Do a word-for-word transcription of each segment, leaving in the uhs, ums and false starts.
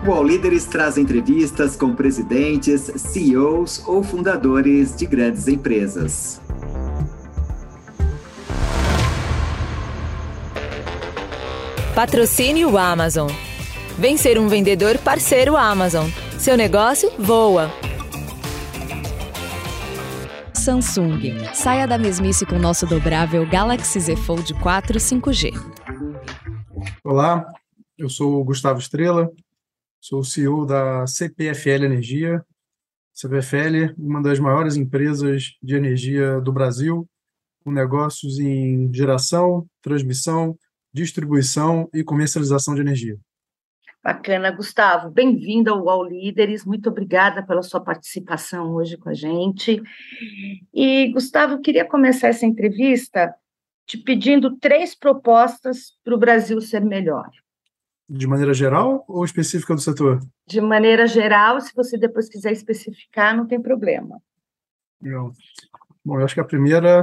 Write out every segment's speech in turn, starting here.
O All Líderes traz entrevistas com presidentes, C E Os ou fundadores de grandes empresas. Patrocínio Amazon. Vem ser um vendedor parceiro Amazon. Seu negócio voa. Samsung. Saia da mesmice com nosso dobrável Galaxy Z Fold quatro cinco G. Olá, eu sou o Gustavo Estrela, sou o C E O da C P F L Energia. C P F L, uma das maiores empresas de energia do Brasil, com negócios em geração, transmissão, distribuição e comercialização de energia. Bacana, Gustavo. Bem-vindo ao All Líderes. Muito obrigada pela sua participação hoje com a gente. E, Gustavo, eu queria começar essa entrevista te pedindo três propostas para o Brasil ser melhor. De maneira geral ou específica do setor? De maneira geral, se você depois quiser especificar, não tem problema. Legal. Bom, eu acho que a primeira,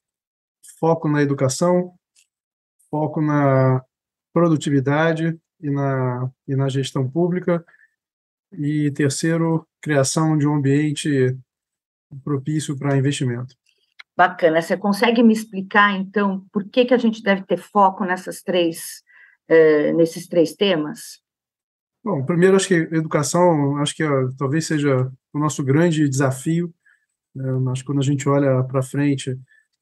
foco na educação, foco na produtividade e na, e na gestão pública. E terceiro, criação de um ambiente propício para investimento. Bacana. Você consegue me explicar, então, por que, que a gente deve ter foco nessas três, eh, nesses três temas? Bom, primeiro, acho que educação, acho que ó, talvez seja o nosso grande desafio. Né? Acho que quando a gente olha para frente,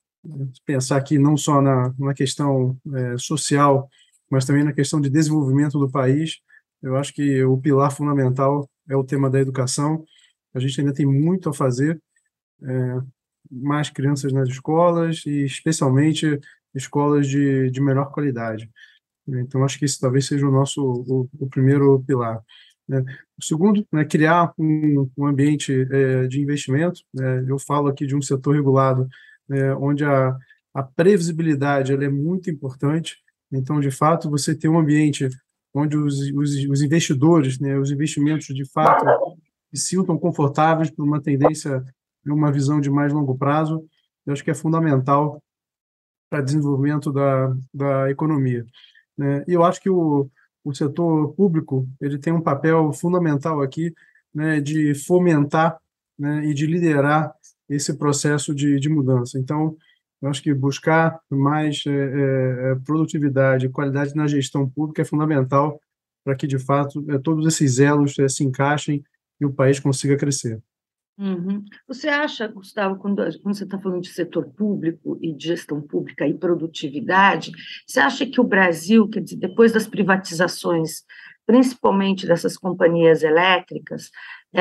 pensar aqui não só na, na questão é, social, mas também na questão de desenvolvimento do país, eu acho que o pilar fundamental é o tema da educação. A gente ainda tem muito a fazer, é, mais crianças nas escolas e especialmente escolas de, de melhor qualidade. Então, acho que esse talvez seja o nosso o, o primeiro pilar. Né? O segundo, né, criar um, um ambiente é, de investimento. Né? Eu falo aqui de um setor regulado, É, onde a, a previsibilidade ela é muito importante. Então, de fato, você ter um ambiente onde os, os, os investidores, né, os investimentos, de fato, se sintam confortáveis por uma tendência, uma visão de mais longo prazo, eu acho que é fundamental para o desenvolvimento da, da economia. Né? E eu acho que o, o setor público ele tem um papel fundamental aqui, né, de fomentar, né, e de liderar esse processo de, de mudança. Então, eu acho que buscar mais é, é, produtividade e qualidade na gestão pública é fundamental para que, de fato, é, todos esses elos é, se encaixem e o país consiga crescer. Uhum. Você acha, Gustavo, quando, quando você está falando de setor público e de gestão pública e produtividade, você acha que o Brasil, quer dizer, depois das privatizações, principalmente dessas companhias elétricas,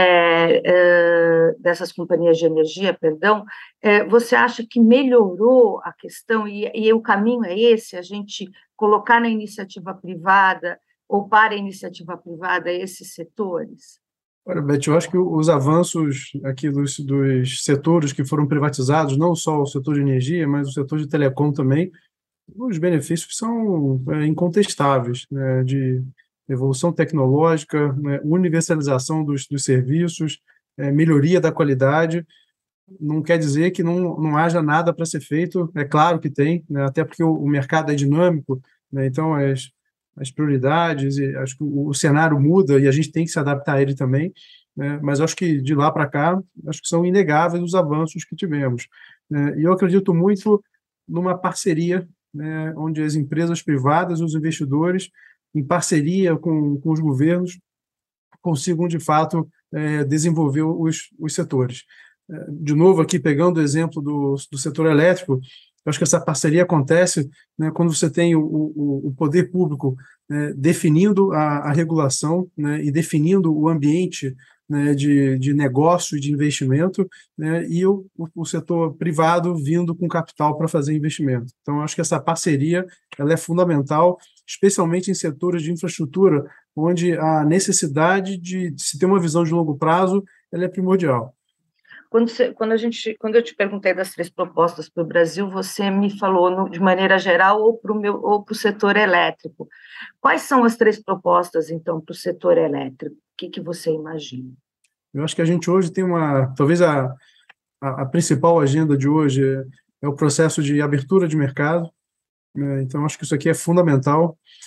É, é, dessas companhias de energia, perdão, é, você acha que melhorou a questão e, e o caminho é esse, a gente colocar na iniciativa privada ou para a iniciativa privada esses setores? Olha, Beth, eu acho que os avanços aqui dos, dos setores que foram privatizados, não só o setor de energia, mas o setor de telecom também, os benefícios são é, incontestáveis, né, de evolução tecnológica, né, universalização dos, dos serviços, é, melhoria da qualidade. Não quer dizer que não, não haja nada para ser feito, é claro que tem, né, até porque o, o mercado é dinâmico, né, então as, as prioridades, e acho que o, o cenário muda e a gente tem que se adaptar a ele também, né, mas acho que de lá para cá, acho que são inegáveis os avanços que tivemos. Né, e eu acredito muito numa parceria, né, onde as empresas privadas, os investidores, em parceria com, com os governos, consigam, de fato, é, desenvolver os, os setores. É, de novo, aqui, pegando o exemplo do, do setor elétrico, eu acho que essa parceria acontece, né, quando você tem o, o, o poder público, né, definindo a, a regulação, né, e definindo o ambiente, né, de, de negócio e de investimento, né, e o, o setor privado vindo com capital para fazer investimento. Então, acho que essa parceria ela é fundamental, especialmente em setores de infraestrutura, onde a necessidade de, de se ter uma visão de longo prazo ela é primordial. Quando, você, quando, a gente, quando eu te perguntei das três propostas para o Brasil, você me falou no, de maneira geral ou para o meu ou para o setor elétrico. Quais são as três propostas, então, para o setor elétrico? O que, que você imagina? Eu acho que a gente hoje tem uma... Talvez a, a, a principal agenda de hoje é, é o processo de abertura de mercado. Né? Então, acho que isso aqui é fundamental.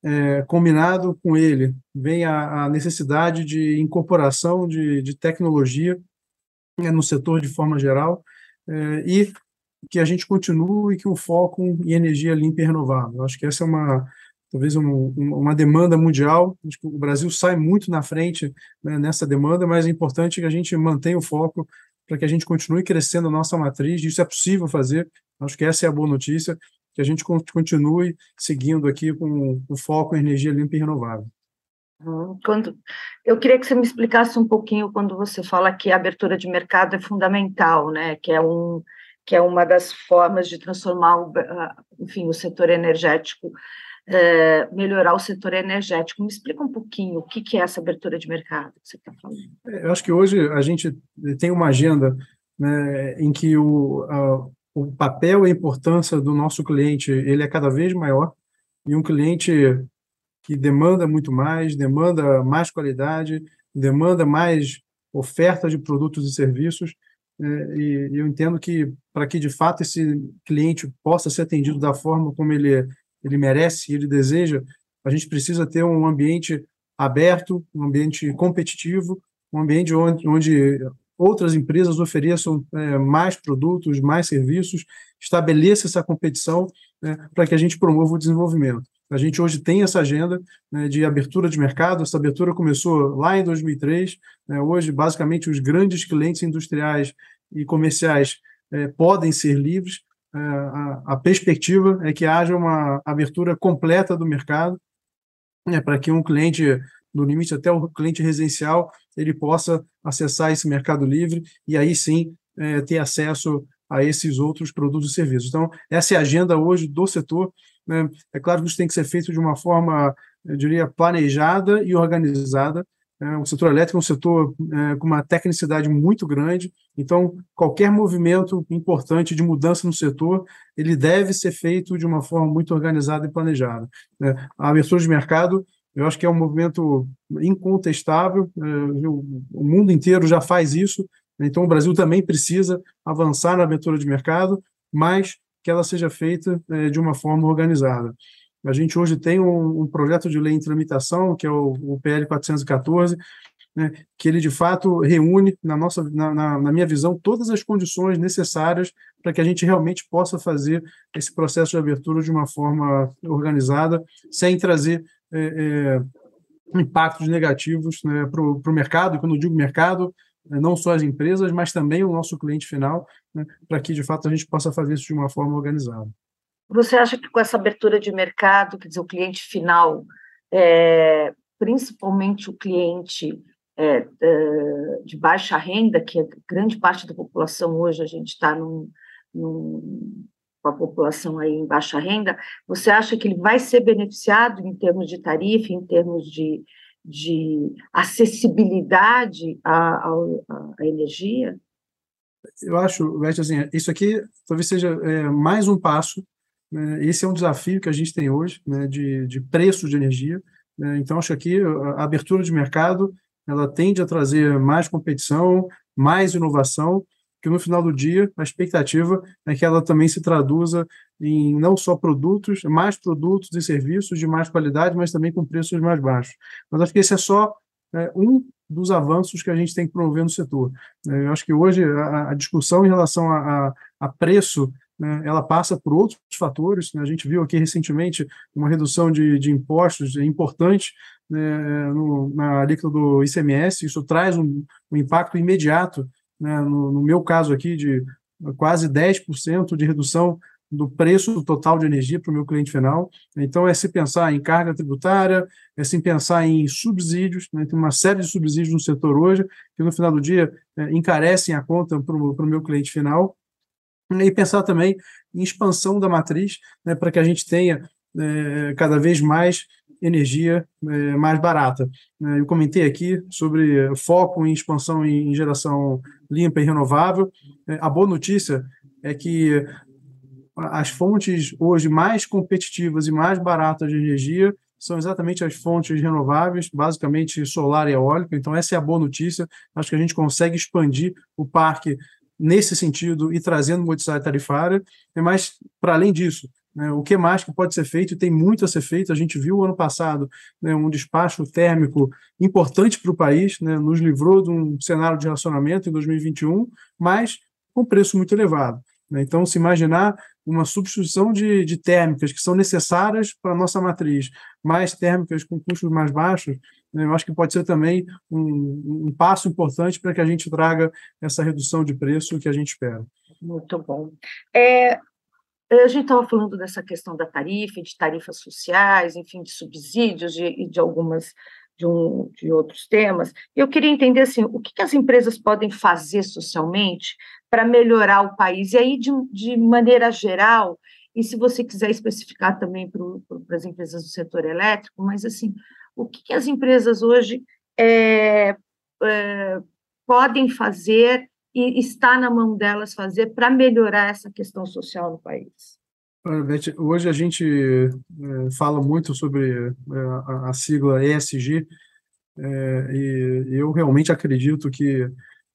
é, combinado com ele, vem a, a necessidade de incorporação de, de tecnologia, né, no setor de forma geral, é, e que a gente continue com o foco em energia limpa e renovável. Acho que essa é uma, talvez um, uma demanda mundial. Acho que o Brasil sai muito na frente, né, nessa demanda, mas é importante que a gente mantenha o foco para que a gente continue crescendo a nossa matriz. Isso é possível fazer. Acho que essa é a boa notícia, que a gente continue seguindo aqui com o foco em energia limpa e renovável. Quando, eu queria que você me explicasse um pouquinho quando você fala que a abertura de mercado é fundamental, né? Que é, um, que é uma das formas de transformar o, enfim, o setor energético, é, melhorar o setor energético. Me explica um pouquinho o que, que é essa abertura de mercado que você está falando. Eu acho que hoje a gente tem uma agenda, né, em que o, a, o papel e a importância do nosso cliente ele é cada vez maior, e um cliente que demanda muito mais, demanda mais qualidade, demanda mais oferta de produtos e serviços, é, e eu entendo que para que de fato esse cliente possa ser atendido da forma como ele, ele merece, ele deseja, a gente precisa ter um ambiente aberto, um ambiente competitivo, um ambiente onde, onde outras empresas ofereçam é, mais produtos, mais serviços, estabeleça essa competição, né, para que a gente promova o desenvolvimento. A gente hoje tem essa agenda, né, de abertura de mercado. Essa abertura começou lá em dois mil e três. Né, hoje, basicamente, os grandes clientes industriais e comerciais é, podem ser livres. É, a, a perspectiva é que haja uma abertura completa do mercado, né, para que um cliente, no limite até o cliente residencial, ele possa acessar esse mercado livre e aí sim é, ter acesso a esses outros produtos e serviços. Então, essa é a agenda hoje do setor, né? É claro que isso tem que ser feito de uma forma, eu diria, planejada e organizada. É, o setor elétrico é um setor é, com uma tecnicidade muito grande, então qualquer movimento importante de mudança no setor, ele deve ser feito de uma forma muito organizada e planejada. É, a abertura de mercado, eu acho que é um movimento incontestável, é, o, o mundo inteiro já faz isso, então o Brasil também precisa avançar na abertura de mercado, mas que ela seja feita é, de uma forma organizada. A gente hoje tem um, um projeto de lei em tramitação, que é o, o P L quatrocentos e quatorze, né, que ele, de fato, reúne, na, nossa, na, na, na minha visão, todas as condições necessárias para que a gente realmente possa fazer esse processo de abertura de uma forma organizada, sem trazer é, é, impactos negativos, né, para o mercado. E quando eu digo mercado, não só as empresas, mas também o nosso cliente final, né, para que, de fato, a gente possa fazer isso de uma forma organizada. Você acha que com essa abertura de mercado, quer dizer, o cliente final, é, principalmente o cliente é, é, de baixa renda, que é grande parte da população hoje, a gente está num, num, com a população aí em baixa renda, você acha que ele vai ser beneficiado em termos de tarifa, em termos de de acessibilidade à, à, à energia? Eu acho, Beth, assim, isso aqui talvez seja é, mais um passo, né? Esse é um desafio que a gente tem hoje, né, de, de preço de energia, né? Então, acho que a abertura de mercado ela tende a trazer mais competição, mais inovação, que no final do dia a expectativa é que ela também se traduza em não só produtos, mais produtos e serviços de mais qualidade, mas também com preços mais baixos. Mas acho que esse é só é, um dos avanços que a gente tem que promover no setor. É, eu acho que hoje a, a discussão em relação a, a, a preço, né, ela passa por outros fatores, né? A gente viu aqui recentemente uma redução de, de impostos importante, né, no, na alíquota do I C M S. Isso traz um, um impacto imediato, né, no, no meu caso aqui, de quase dez por cento de redução do preço total de energia para o meu cliente final. Então, é se pensar em carga tributária, é se pensar em subsídios, né, tem uma série de subsídios no setor hoje, que no final do dia é, encarecem a conta para o meu cliente final, e pensar também em expansão da matriz, né, para que a gente tenha é, cada vez mais energia é, mais barata. Eu comentei aqui sobre foco em expansão em geração limpa e renovável. A boa notícia é que as fontes hoje mais competitivas e mais baratas de energia são exatamente as fontes renováveis, basicamente solar e eólica. Então, essa é a boa notícia. Acho que a gente consegue expandir o parque nesse sentido e trazendo modicidade tarifária. Mas, para além disso, né? O que mais que pode ser feito? E tem muito a ser feito. A gente viu ano passado, né, um despacho térmico importante para o país, né, nos livrou de um cenário de racionamento em dois mil e vinte e um, mas com preço muito elevado, né? Então, se imaginar uma substituição de, de térmicas que são necessárias para a nossa matriz, mais térmicas com custos mais baixos, né, eu acho que pode ser também um, um passo importante para que a gente traga essa redução de preço que a gente espera. Muito bom. É, a gente estava falando dessa questão da tarifa, de tarifas sociais, enfim, de subsídios e de, de algumas de, um, de outros temas. Eu queria entender assim, o que, que as empresas podem fazer socialmente para melhorar o país, e aí de, de maneira geral, e se você quiser especificar também para as empresas do setor elétrico, mas assim, o que, que as empresas hoje é, é, podem fazer e está na mão delas fazer para melhorar essa questão social no país? Beth, hoje a gente é, fala muito sobre é, a, a sigla E S G, é, e eu realmente acredito que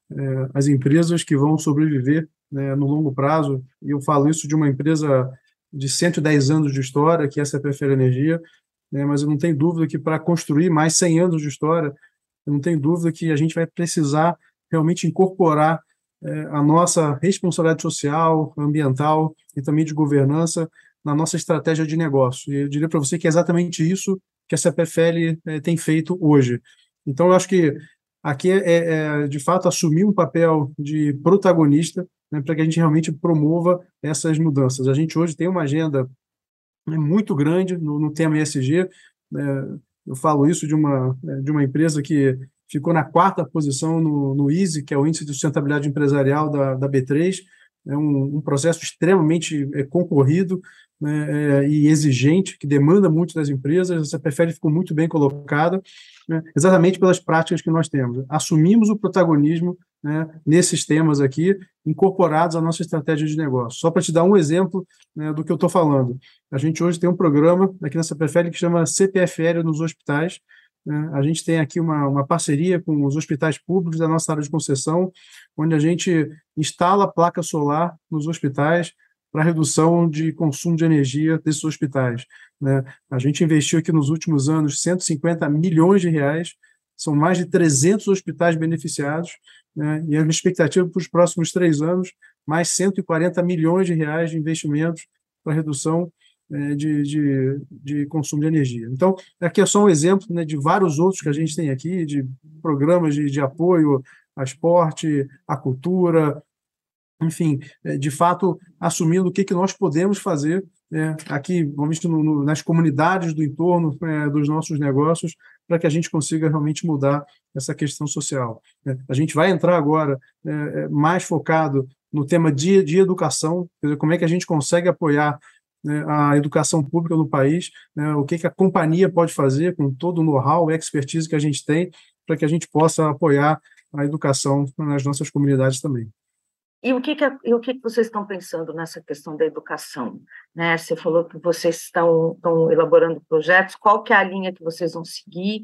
é, as empresas que vão sobreviver, né, no longo prazo, e eu falo isso de uma empresa de cento e dez anos de história, que é a C P F L Energia, né, mas eu não tenho dúvida que para construir mais cem anos de história, eu não tenho dúvida que a gente vai precisar realmente incorporar é, a nossa responsabilidade social, ambiental e também de governança na nossa estratégia de negócio. E eu diria para você que é exatamente isso que a C P F L é, tem feito hoje. Então, eu acho que aqui é, é, de fato, assumir um papel de protagonista, né, para que a gente realmente promova essas mudanças. A gente hoje tem uma agenda, né, muito grande no, no tema E S G. Né, eu falo isso de uma, de uma empresa que ficou na quarta posição no, no I S E, que é o Índice de Sustentabilidade Empresarial da, da B três. É um, um processo extremamente é, concorrido, né, é, e exigente, que demanda muito das empresas. A C P F L ficou muito bem colocada, né, exatamente pelas práticas que nós temos. Assumimos o protagonismo, né, nesses temas aqui, incorporados à nossa estratégia de negócio. Só para te dar um exemplo, né, do que eu estou falando. A gente hoje tem um programa aqui na C P F L que chama C P F L nos hospitais. Né? A gente tem aqui uma, uma parceria com os hospitais públicos da nossa área de concessão, onde a gente instala placa solar nos hospitais para redução de consumo de energia desses hospitais. Né? A gente investiu aqui nos últimos anos cento e cinquenta milhões de reais, são mais de trezentos hospitais beneficiados, né? E a expectativa para os próximos três anos, mais cento e quarenta milhões de reais de investimentos para redução é, de, de, de consumo de energia. Então, aqui é só um exemplo, né, de vários outros que a gente tem aqui, de programas de, de apoio ao esporte, à cultura, enfim, de fato, assumindo o que, que nós podemos fazer, né, aqui, vamos no, no, nas comunidades do entorno, é, dos nossos negócios, para que a gente consiga realmente mudar essa questão social. Né. A gente vai entrar agora é, mais focado no tema de, de educação, quer dizer, como é que a gente consegue apoiar, né, a educação pública no país, né, o que, que a companhia pode fazer com todo o know-how, a expertise que a gente tem, para que a gente possa apoiar a educação nas nossas comunidades também. E o que, que, e o que, que vocês estão pensando nessa questão da educação? Né? Você falou que vocês estão, estão elaborando projetos, qual que é a linha que vocês vão seguir?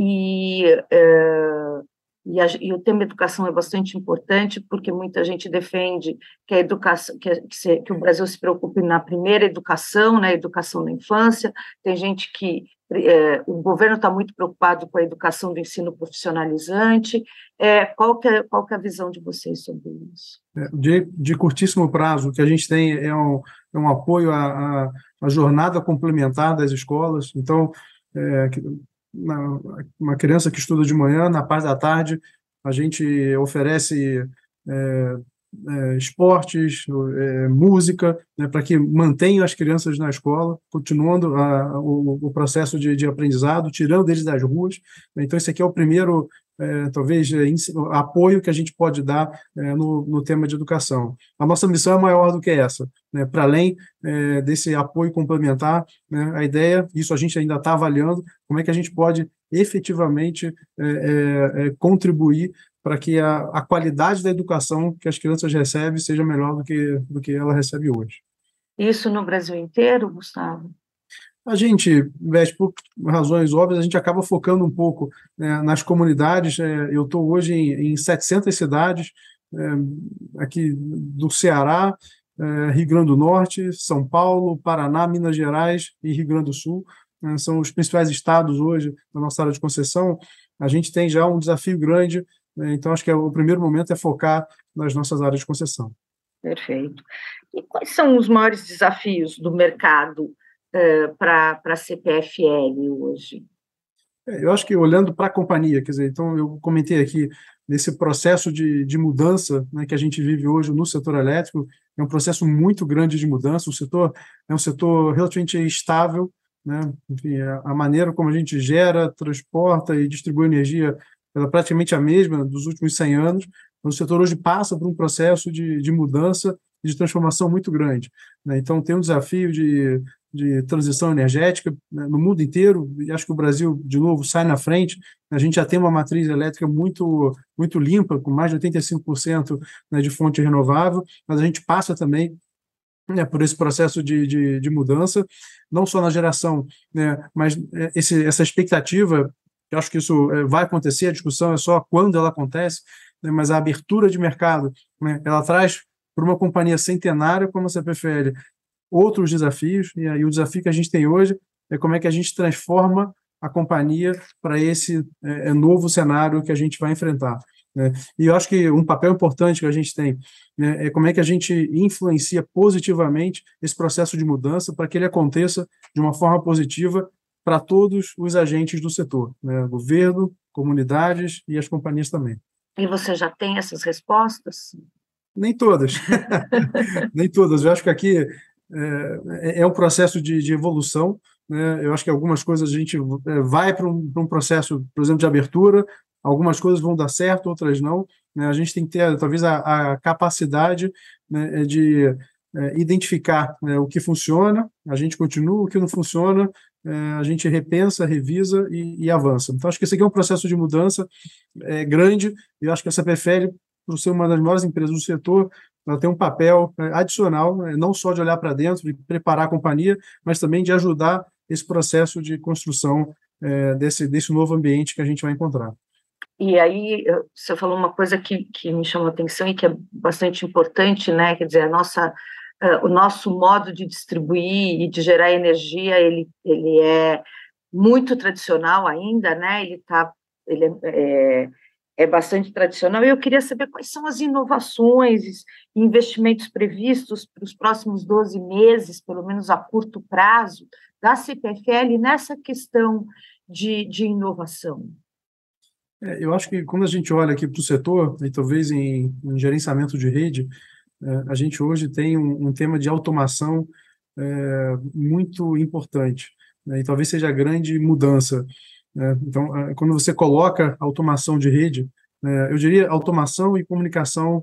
E, é, e, a, e o tema educação é bastante importante, porque muita gente defende que, a educação, que, que, se, que o Brasil se preocupe na primeira educação, na, né, educação na infância. Tem gente que É, o governo está muito preocupado com a educação do ensino profissionalizante. É, qual, que é, qual que é a visão de vocês sobre isso? De, de curtíssimo prazo, o que a gente tem é um, é um apoio à, à, à jornada complementar das escolas. Então, é, uma, uma criança que estuda de manhã, na parte da tarde, a gente oferece é, É, esportes, é, música, né, para que mantenham as crianças na escola, continuando a, o, o processo de, de aprendizado, tirando eles das ruas. Então, esse aqui é o primeiro, é, talvez, é, apoio que a gente pode dar é, no, no tema de educação. A nossa missão é maior do que essa, né, para além é, desse apoio complementar, né, a ideia, isso a gente ainda está avaliando, como é que a gente pode efetivamente é, é, contribuir para que a, a qualidade da educação que as crianças recebem seja melhor do que, do que ela recebe hoje. Isso no Brasil inteiro, Gustavo? A gente, por razões óbvias, a gente acaba focando um pouco, né, nas comunidades. É, eu estou hoje em, em setecentas cidades, é, aqui do Ceará, é, Rio Grande do Norte, São Paulo, Paraná, Minas Gerais e Rio Grande do Sul, né, são os principais estados hoje na nossa área de concessão. A gente tem já um desafio grande, né, então acho que é, o primeiro momento é focar nas nossas áreas de concessão. Perfeito. E quais são os maiores desafios do mercado uh, para a C P F L hoje? É, eu acho que olhando para a companhia, quer dizer, então eu comentei aqui nesse processo de, de mudança, né, que a gente vive hoje no setor elétrico, é um processo muito grande de mudança. O setor é um setor relativamente estável, né? Enfim, a maneira como a gente gera, transporta e distribui energia é praticamente a mesma dos últimos cem anos. O setor hoje passa por um processo de, de mudança e de transformação muito grande, né? Então, tem um desafio de, de transição energética, né, no mundo inteiro, e acho que o Brasil, de novo, sai na frente. A gente já tem uma matriz elétrica muito, muito limpa, com mais de oitenta e cinco por cento, né, de fonte renovável, mas a gente passa também, né, por esse processo de, de, de mudança, não só na geração, né, mas esse, essa expectativa, eu acho que isso vai acontecer, a discussão é só quando ela acontece, né, mas a abertura de mercado, né, ela traz para uma companhia centenária como a C P F L outros desafios, e aí o desafio que a gente tem hoje é como é que a gente transforma a companhia para esse é, novo cenário que a gente vai enfrentar, né? E eu acho que um papel importante que a gente tem, né, é como é que a gente influencia positivamente esse processo de mudança para que ele aconteça de uma forma positiva para todos os agentes do setor, né? Governo, comunidades e as companhias também. E você já tem essas respostas? Nem todas. Nem todas. Eu acho que aqui é, é um processo de, de evolução, né? Eu acho que algumas coisas a gente vai para um, para um processo, por exemplo, de abertura, algumas coisas vão dar certo, outras não, né? A gente tem que ter, talvez, a, a capacidade, né, de é, identificar, né, o que funciona, a gente continua, o que não funciona, é, a gente repensa, revisa e, e avança. Então, acho que esse aqui é um processo de mudança é, grande, e eu acho que a C P F L, por ser uma das maiores empresas do setor, ela tem um papel adicional, não só de olhar para dentro, de preparar a companhia, mas também de ajudar esse processo de construção é, desse, desse novo ambiente que a gente vai encontrar. E aí, você falou uma coisa que, que me chamou a atenção e que é bastante importante, né? Quer dizer, a nossa, uh, o nosso modo de distribuir e de gerar energia, ele, ele é muito tradicional ainda, né? Ele, tá, ele é, é é bastante tradicional, e eu queria saber quais são as inovações e investimentos previstos para os próximos doze meses, pelo menos a curto prazo, da C P F L nessa questão de, de inovação. É, eu acho que quando a gente olha aqui para o setor, e talvez em, em gerenciamento de rede, é, a gente hoje tem um, um tema de automação é, muito importante, né, e talvez seja a grande mudança. Então, quando você coloca automação de rede, eu diria automação e comunicação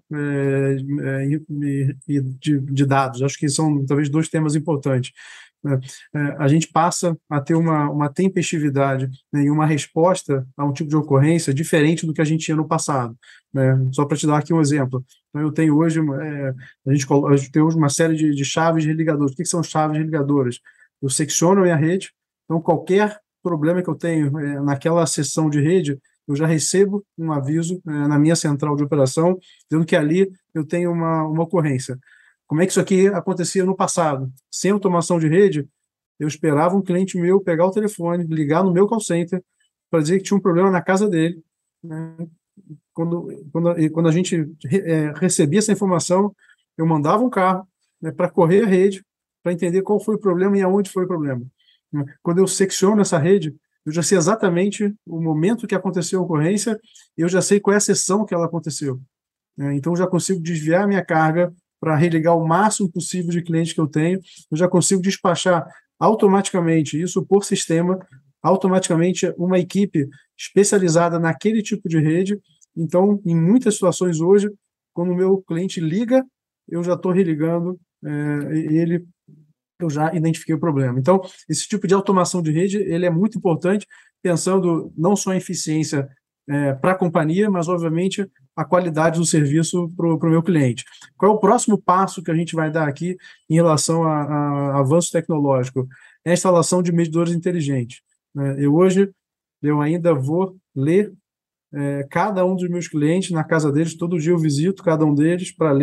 de dados, acho que são talvez dois temas importantes. A gente passa a ter uma, uma tempestividade, né, e uma resposta a um tipo de ocorrência diferente do que a gente tinha no passado, né? Só para te dar aqui um exemplo. Então, eu tenho hoje, é, a, gente, a gente tem hoje uma série de, de chaves religadoras. O que, que são chaves religadoras? Eu secciono a minha rede, então qualquer problema que eu tenho é, naquela seção de rede, eu já recebo um aviso é, na minha central de operação, dizendo que ali eu tenho uma, uma ocorrência. Como é que isso aqui acontecia no passado? Sem automação de rede, eu esperava um cliente meu pegar o telefone, ligar no meu call center, para dizer que tinha um problema na casa dele, né? Quando, quando, quando a gente é, recebia essa informação, eu mandava um carro, né, para correr a rede, para entender qual foi o problema e aonde foi o problema. Quando eu secciono essa rede, eu já sei exatamente o momento que aconteceu a ocorrência, eu já sei qual é a sessão que ela aconteceu. Então, eu já consigo desviar a minha carga para religar o máximo possível de clientes que eu tenho, eu já consigo despachar automaticamente, isso por sistema, automaticamente uma equipe especializada naquele tipo de rede. Então, em muitas situações hoje, quando o meu cliente liga, eu já estou religando é, ele... eu já identifiquei o problema. Então, esse tipo de automação de rede, ele é muito importante, pensando não só em eficiência é, para a companhia, mas, obviamente, a qualidade do serviço para o meu cliente. Qual é o próximo passo que a gente vai dar aqui em relação a, a avanço tecnológico? É a instalação de medidores inteligentes. Né? Eu hoje, eu ainda vou ler é, cada um dos meus clientes na casa deles, todo dia eu visito cada um deles para ler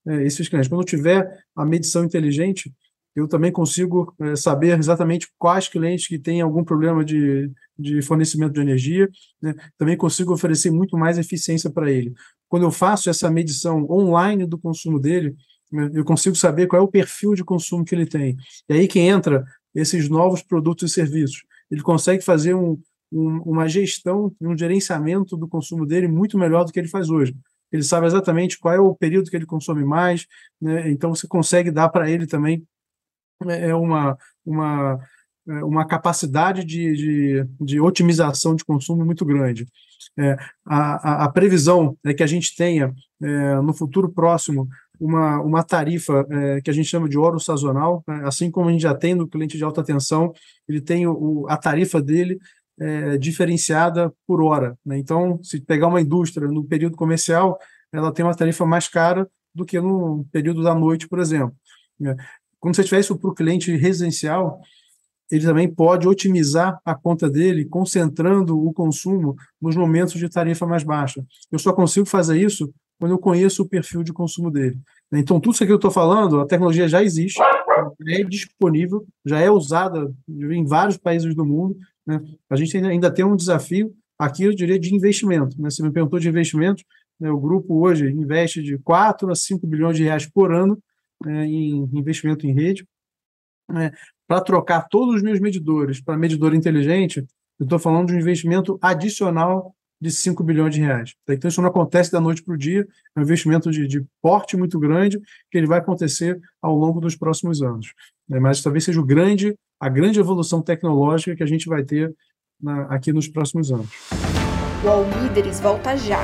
é, esses clientes. Quando eu tiver a medição inteligente, eu também consigo é, saber exatamente quais clientes que têm algum problema de, de fornecimento de energia, né? Também consigo oferecer muito mais eficiência para ele. Quando eu faço essa medição online do consumo dele, né, eu consigo saber qual é o perfil de consumo que ele tem. E aí que entra esses novos produtos e serviços. Ele consegue fazer um, um, uma gestão e um gerenciamento do consumo dele muito melhor do que ele faz hoje. Ele sabe exatamente qual é o período que ele consome mais, né? Então você consegue dar para ele também é uma, uma, uma capacidade de, de, de otimização de consumo muito grande. É, a, a, a previsão é que a gente tenha, é, no futuro próximo, uma, uma tarifa é, que a gente chama de oro sazonal, né? Assim como a gente já tem no cliente de alta tensão, ele tem o, a tarifa dele é, diferenciada por hora, né? Então, se pegar uma indústria no período comercial, ela tem uma tarifa mais cara do que no período da noite, por exemplo, né? Quando você tiver isso para o cliente residencial, ele também pode otimizar a conta dele, concentrando o consumo nos momentos de tarifa mais baixa. Eu só consigo fazer isso quando eu conheço o perfil de consumo dele. Então, tudo isso aqui que eu estou falando, a tecnologia já existe, é disponível, já é usada em vários países do mundo, né? A gente ainda tem um desafio aqui, eu diria, de investimento, né? Você me perguntou de investimento, né? O grupo hoje investe de quatro a cinco bilhões de reais por ano, É, em investimento em rede, é, para trocar todos os meus medidores para medidor inteligente, eu estou falando de um investimento adicional de cinco bilhões de reais. Então, isso não acontece da noite para o dia, é um investimento de, de porte muito grande que ele vai acontecer ao longo dos próximos anos. É, mas talvez seja o grande, a grande evolução tecnológica que a gente vai ter na, aqui nos próximos anos. O All Líderes volta já.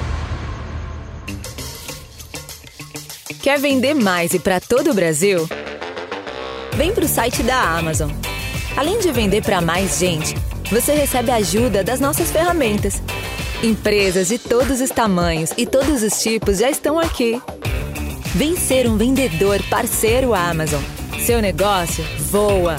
Quer vender mais e para todo o Brasil? Vem para o site da Amazon. Além de vender para mais gente, você recebe a ajuda das nossas ferramentas. Empresas de todos os tamanhos e todos os tipos já estão aqui. Vem ser um vendedor parceiro Amazon. Seu negócio voa.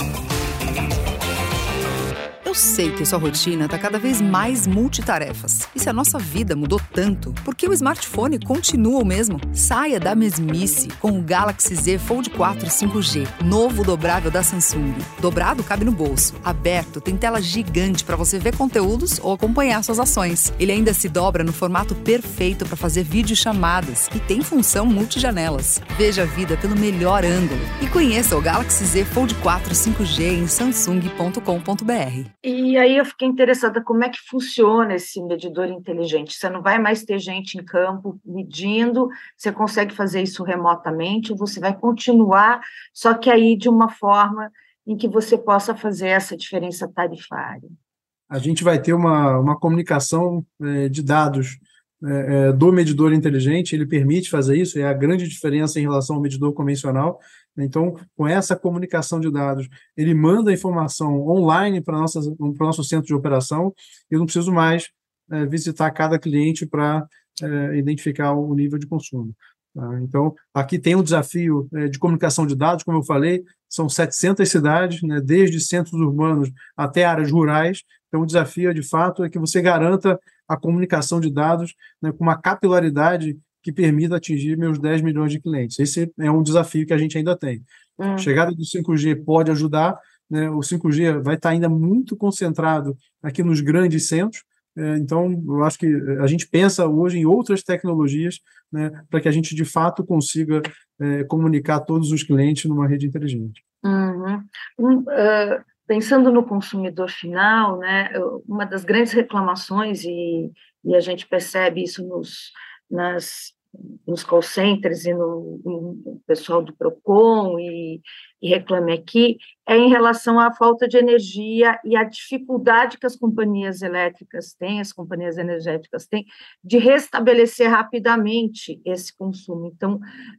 Eu sei que sua rotina está cada vez mais multitarefas. E se a nossa vida mudou tanto, por que o smartphone continua o mesmo? Saia da mesmice com o Galaxy Z Fold quatro cinco G, novo dobrável da Samsung. Dobrado cabe no bolso, aberto tem tela gigante para você ver conteúdos ou acompanhar suas ações. Ele ainda se dobra no formato perfeito para fazer videochamadas e tem função multijanelas. Veja a vida pelo melhor ângulo e conheça o Galaxy Z Fold quatro cinco G em samsung ponto com ponto b r. E aí eu fiquei interessada como é que funciona esse medidor inteligente. Você não vai mais ter gente em campo medindo, você consegue fazer isso remotamente, você vai continuar, só que aí de uma forma em que você possa fazer essa diferença tarifária. A gente vai ter uma, uma comunicação é, de dados é, é, do medidor inteligente, ele permite fazer isso, é a grande diferença em relação ao medidor convencional. Então, com essa comunicação de dados, ele manda a informação online para o nosso centro de operação, e eu não preciso mais é, visitar cada cliente para é, identificar o nível de consumo. Tá? Então, aqui tem um desafio é, de comunicação de dados, como eu falei, são setecentas cidades, né, desde centros urbanos até áreas rurais. Então, o desafio, de fato, é que você garanta a comunicação de dados, né, com uma capilaridade que permita atingir meus dez milhões de clientes. Esse é um desafio que a gente ainda tem. Hum. A chegada do cinco G pode ajudar, né? O cinco G vai estar ainda muito concentrado aqui nos grandes centros, é, então eu acho que a gente pensa hoje em outras tecnologias, né, para que a gente de fato consiga é, comunicar todos os clientes numa rede inteligente. Uhum. Um, uh, pensando no consumidor final, né, uma das grandes reclamações, e, e a gente percebe isso nos nas, nos call centers e no, no pessoal do Procon e, e Reclame Aqui, é em relação à falta de energia e à dificuldade que as companhias elétricas têm, as companhias energéticas têm, de restabelecer rapidamente esse consumo. Então,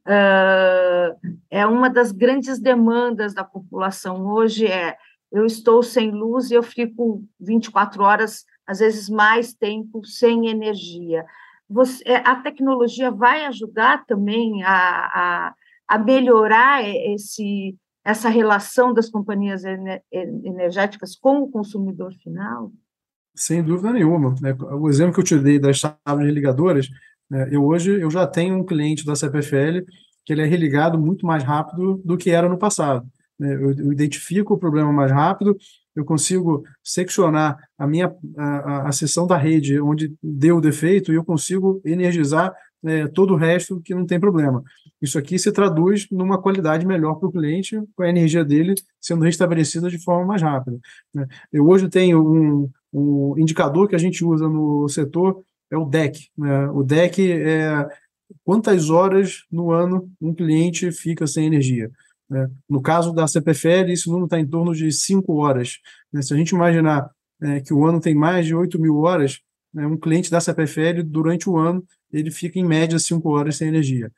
uh, é uma das grandes demandas da população hoje, é, eu estou sem luz e eu fico vinte e quatro horas, às vezes mais tempo, sem energia. Você, a tecnologia vai ajudar também a, a, a melhorar esse, essa relação das companhias energéticas com o consumidor final? Sem dúvida nenhuma. Né? O exemplo que eu te dei das chaves ligadoras, né, eu hoje eu já tenho um cliente da C P F L que ele é religado muito mais rápido do que era no passado. Eu, eu identifico o problema mais rápido, eu consigo seccionar a minha a, a seção da rede onde deu o defeito e eu consigo energizar é, todo o resto que não tem problema. Isso aqui se traduz numa qualidade melhor para o cliente, com a energia dele sendo restabelecida de forma mais rápida. Eu hoje tenho um, um indicador que a gente usa no setor, é o D E C. Né? O D E C é quantas horas no ano um cliente fica sem energia. Né? No caso da C P F L, esse número está em torno de cinco horas. Né? Se a gente imaginar é, que o ano tem mais de oito mil horas, né, um cliente da C P F L, durante o ano, ele fica em média cinco horas sem energia.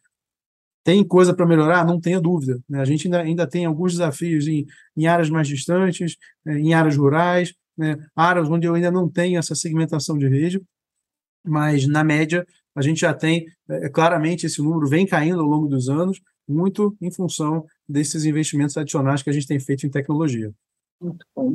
Tem coisa para melhorar? Não tenha dúvida. Né? A gente ainda, ainda tem alguns desafios em, em áreas mais distantes, é, em áreas rurais, né? Áreas onde eu ainda não tenho essa segmentação de rede, mas, na média, a gente já tem, é, claramente, esse número vem caindo ao longo dos anos, muito em função desses investimentos adicionais que a gente tem feito em tecnologia. Muito bom.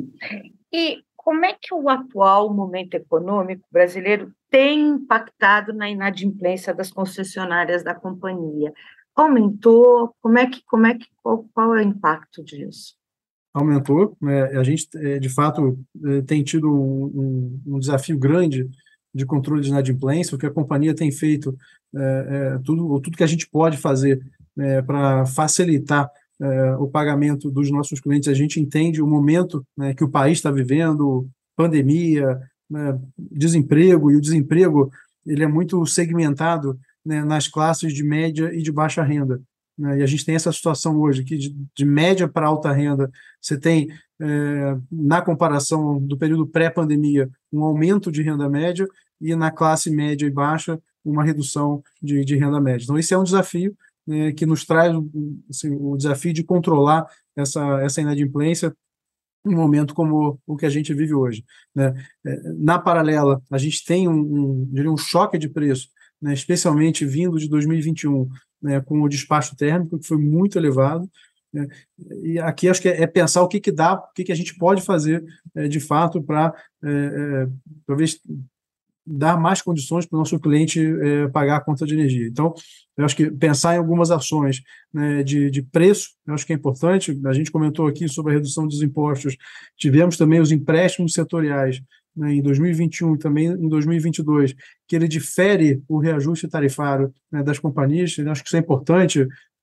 E como é que o atual momento econômico brasileiro tem impactado na inadimplência das concessionárias da companhia? Aumentou? Como é que, como é que, qual, qual é o impacto disso? Aumentou. Né? A gente, de fato, tem tido um, um, um desafio grande de controle de inadimplência. O que a companhia tem feito, é, é, tudo, tudo que a gente pode fazer é, para facilitar é, o pagamento dos nossos clientes. A gente entende o momento, né, que o país está vivendo, pandemia, né, desemprego, e o desemprego ele é muito segmentado, né, nas classes de média e de baixa renda. Né, e a gente tem essa situação hoje, que de, de média para alta renda, você tem, é, na comparação do período pré-pandemia, um aumento de renda média, e na classe média e baixa, uma redução de, de renda média. Então, esse é um desafio, né, que nos traz assim, o desafio de controlar essa, essa inadimplência em um momento como o que a gente vive hoje. Né? Na paralela, a gente tem um, um, diria, um choque de preço, né, especialmente vindo de dois mil e vinte e um, né, com o despacho térmico, que foi muito elevado. Né? E aqui acho que é, é pensar o que, que dá, o que, que a gente pode fazer, é, de fato, para é, é, talvez dar mais condições para o nosso cliente é, pagar a conta de energia. Então, eu acho que pensar em algumas ações, né, de, de preço, eu acho que é importante. A gente comentou aqui sobre a redução dos impostos, tivemos também os empréstimos setoriais, né, em dois mil e vinte e um e também em dois mil e vinte e dois, que ele difere o reajuste tarifário, né, das companhias. Eu acho que isso é importante,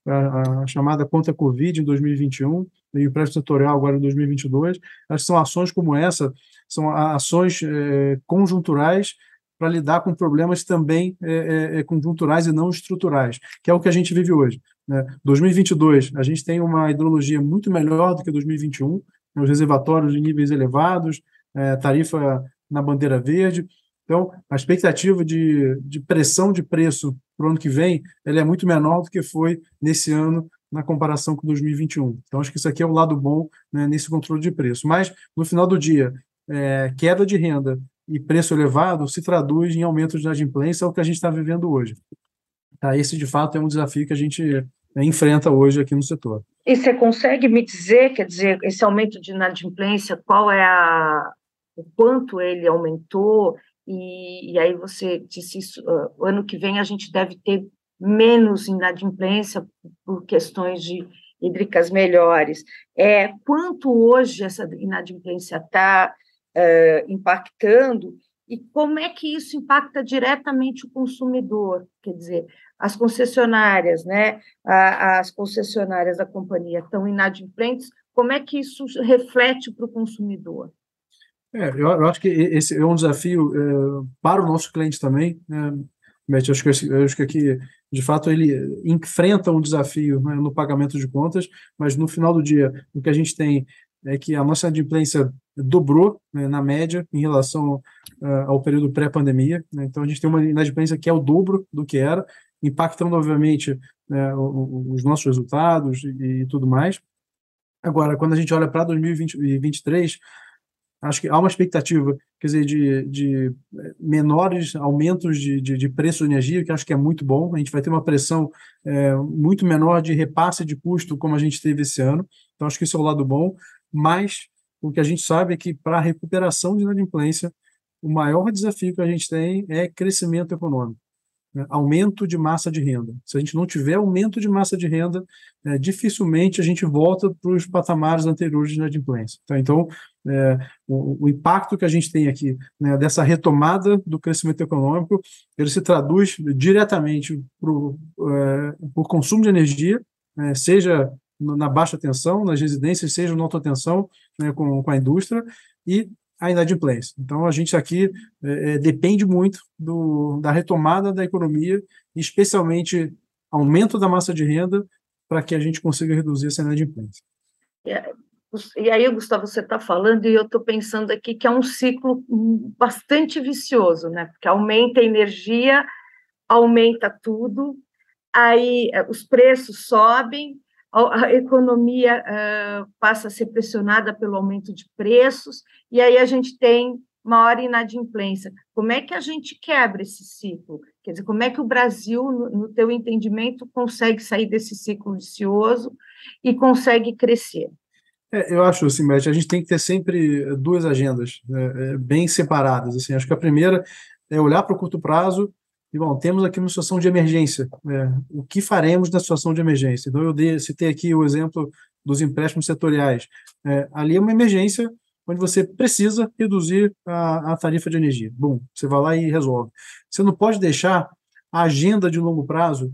a, a chamada conta Covid em dois mil e vinte e um, e o empréstimo setorial agora em dois mil e vinte e dois. Acho que são ações como essa, são ações é, conjunturais, para lidar com problemas também é, é, conjunturais e não estruturais, que é o que a gente vive hoje. Né? dois mil e vinte e dois, a gente tem uma hidrologia muito melhor do que dois mil e vinte e um, né? Os reservatórios de níveis elevados, é, tarifa na bandeira verde. Então, a expectativa de, de pressão de preço para o ano que vem, ela é muito menor do que foi nesse ano, na comparação com dois mil e vinte e um. Então, acho que isso aqui é o lado bom, né, nesse controle de preço. Mas, no final do dia, é, queda de renda e preço elevado se traduz em aumento de inadimplência, é o que a gente está vivendo hoje. Tá? Esse, de fato, é um desafio que a gente, né, enfrenta hoje aqui no setor. E você consegue me dizer, quer dizer, esse aumento de inadimplência, qual é a, o quanto ele aumentou? E, e aí você disse isso, uh, ano que vem a gente deve ter menos inadimplência por questões de hídricas melhores. É, quanto hoje essa inadimplência está Uh, impactando, e como é que isso impacta diretamente o consumidor? Quer dizer, as concessionárias, né, a, as concessionárias da companhia estão inadimplentes, como é que isso reflete para o consumidor? É, eu, eu acho que esse é um desafio é, para o nosso cliente também, né, Beth? Eu acho que, eu acho que aqui, de fato, ele enfrenta um desafio, né, no pagamento de contas, mas no final do dia, o que a gente tem é que a nossa inadimplência dobrou, né, na média, em relação uh, ao período pré-pandemia. Né? Então, a gente tem uma inadimplência que é o dobro do que era, impactando, obviamente, né, os nossos resultados e, e tudo mais. Agora, quando a gente olha para dois mil e vinte e três, acho que há uma expectativa, quer dizer, de, de menores aumentos de, de, de preço de energia, que acho que é muito bom. A gente vai ter uma pressão é, muito menor de repasse de custo, como a gente teve esse ano. Então, acho que isso é o lado bom. Mas o que a gente sabe é que, para a recuperação de inadimplência, o maior desafio que a gente tem é crescimento econômico. né, aumento de massa de renda. Se a gente não tiver aumento de massa de renda, é, dificilmente a gente volta para os patamares anteriores de inadimplência. Tá? Então, é, o, o impacto que a gente tem aqui, né, dessa retomada do crescimento econômico, ele se traduz diretamente pro, é, por consumo de energia, é, seja na baixa tensão, nas residências, seja na alta tensão, né, com, com a indústria, e a inadimplência. Então, a gente aqui é, depende muito do, da retomada da economia, especialmente aumento da massa de renda, para que a gente consiga reduzir essa inadimplência. E aí, Gustavo, você está falando, e eu estou pensando aqui que é um ciclo bastante vicioso, né? Porque aumenta a energia, aumenta tudo, aí os preços sobem, a economia uh, passa a ser pressionada pelo aumento de preços, e aí a gente tem maior inadimplência. Como é que a gente quebra esse ciclo? Quer dizer, como é que o Brasil, no, no teu entendimento, consegue sair desse ciclo vicioso e consegue crescer? É, eu acho, assim, Beth, a gente tem que ter sempre duas agendas, né, bem separadas. Assim, acho que a primeira é olhar para o curto prazo. E, bom, temos aqui uma situação de emergência. Né? O que faremos na situação de emergência? Então, eu dei, citei aqui o exemplo dos empréstimos setoriais. É, ali é uma emergência onde você precisa reduzir a, a tarifa de energia. Bom, você vai lá e resolve. Você não pode deixar a agenda de longo prazo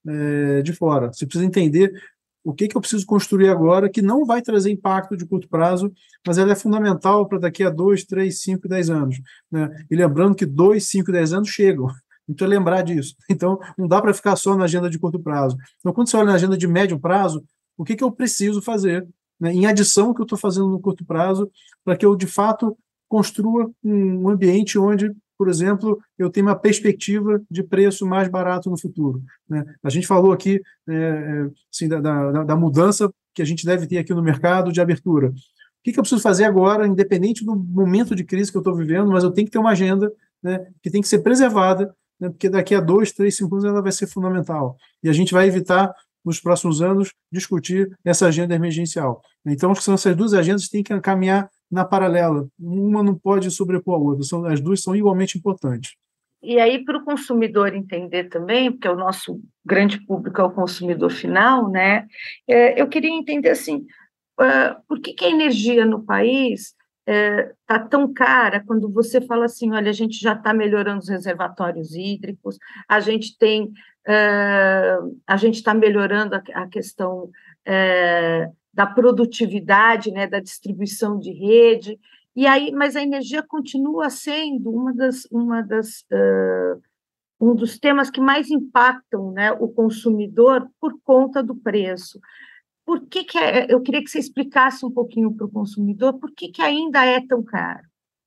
é, de fora. Você precisa entender o que, que eu preciso construir agora que não vai trazer impacto de curto prazo, mas ela é fundamental para daqui a dois, três, cinco, dez anos. Né? E lembrando que dois, cinco, dez anos chegam. A gente precisa lembrar disso. Então, não dá para ficar só na agenda de curto prazo. Então, quando você olha na agenda de médio prazo, o que, que eu preciso fazer, né, em adição ao que eu estou fazendo no curto prazo, para que eu, de fato, construa um ambiente onde, por exemplo, eu tenho uma perspectiva de preço mais barato no futuro. Né? A gente falou aqui é, assim, da, da, da mudança que a gente deve ter aqui no mercado de abertura. O que, que eu preciso fazer agora, independente do momento de crise que eu estou vivendo, mas eu tenho que ter uma agenda, né, que tem que ser preservada, né, porque daqui a dois, três, cinco anos ela vai ser fundamental. E a gente vai evitar, nos próximos anos, discutir essa agenda emergencial. Então, acho que são essas duas agendas que têm que caminhar na paralela. Uma não pode sobrepor a outra, são, as duas são igualmente importantes. E aí, para o consumidor entender também, porque o nosso grande público é o consumidor final, né? É, eu queria entender, assim, uh, por que, que a energia no país está é, tão cara quando você fala assim, olha, a gente já está melhorando os reservatórios hídricos, a gente tem, é, a gente está melhorando a, a questão é, da produtividade, né, da distribuição de rede, e aí, mas a energia continua sendo uma das, uma das, uh, um dos temas que mais impactam, né, o consumidor por conta do preço. Por que que é, eu queria que você explicasse um pouquinho para o consumidor por que que ainda é tão caro?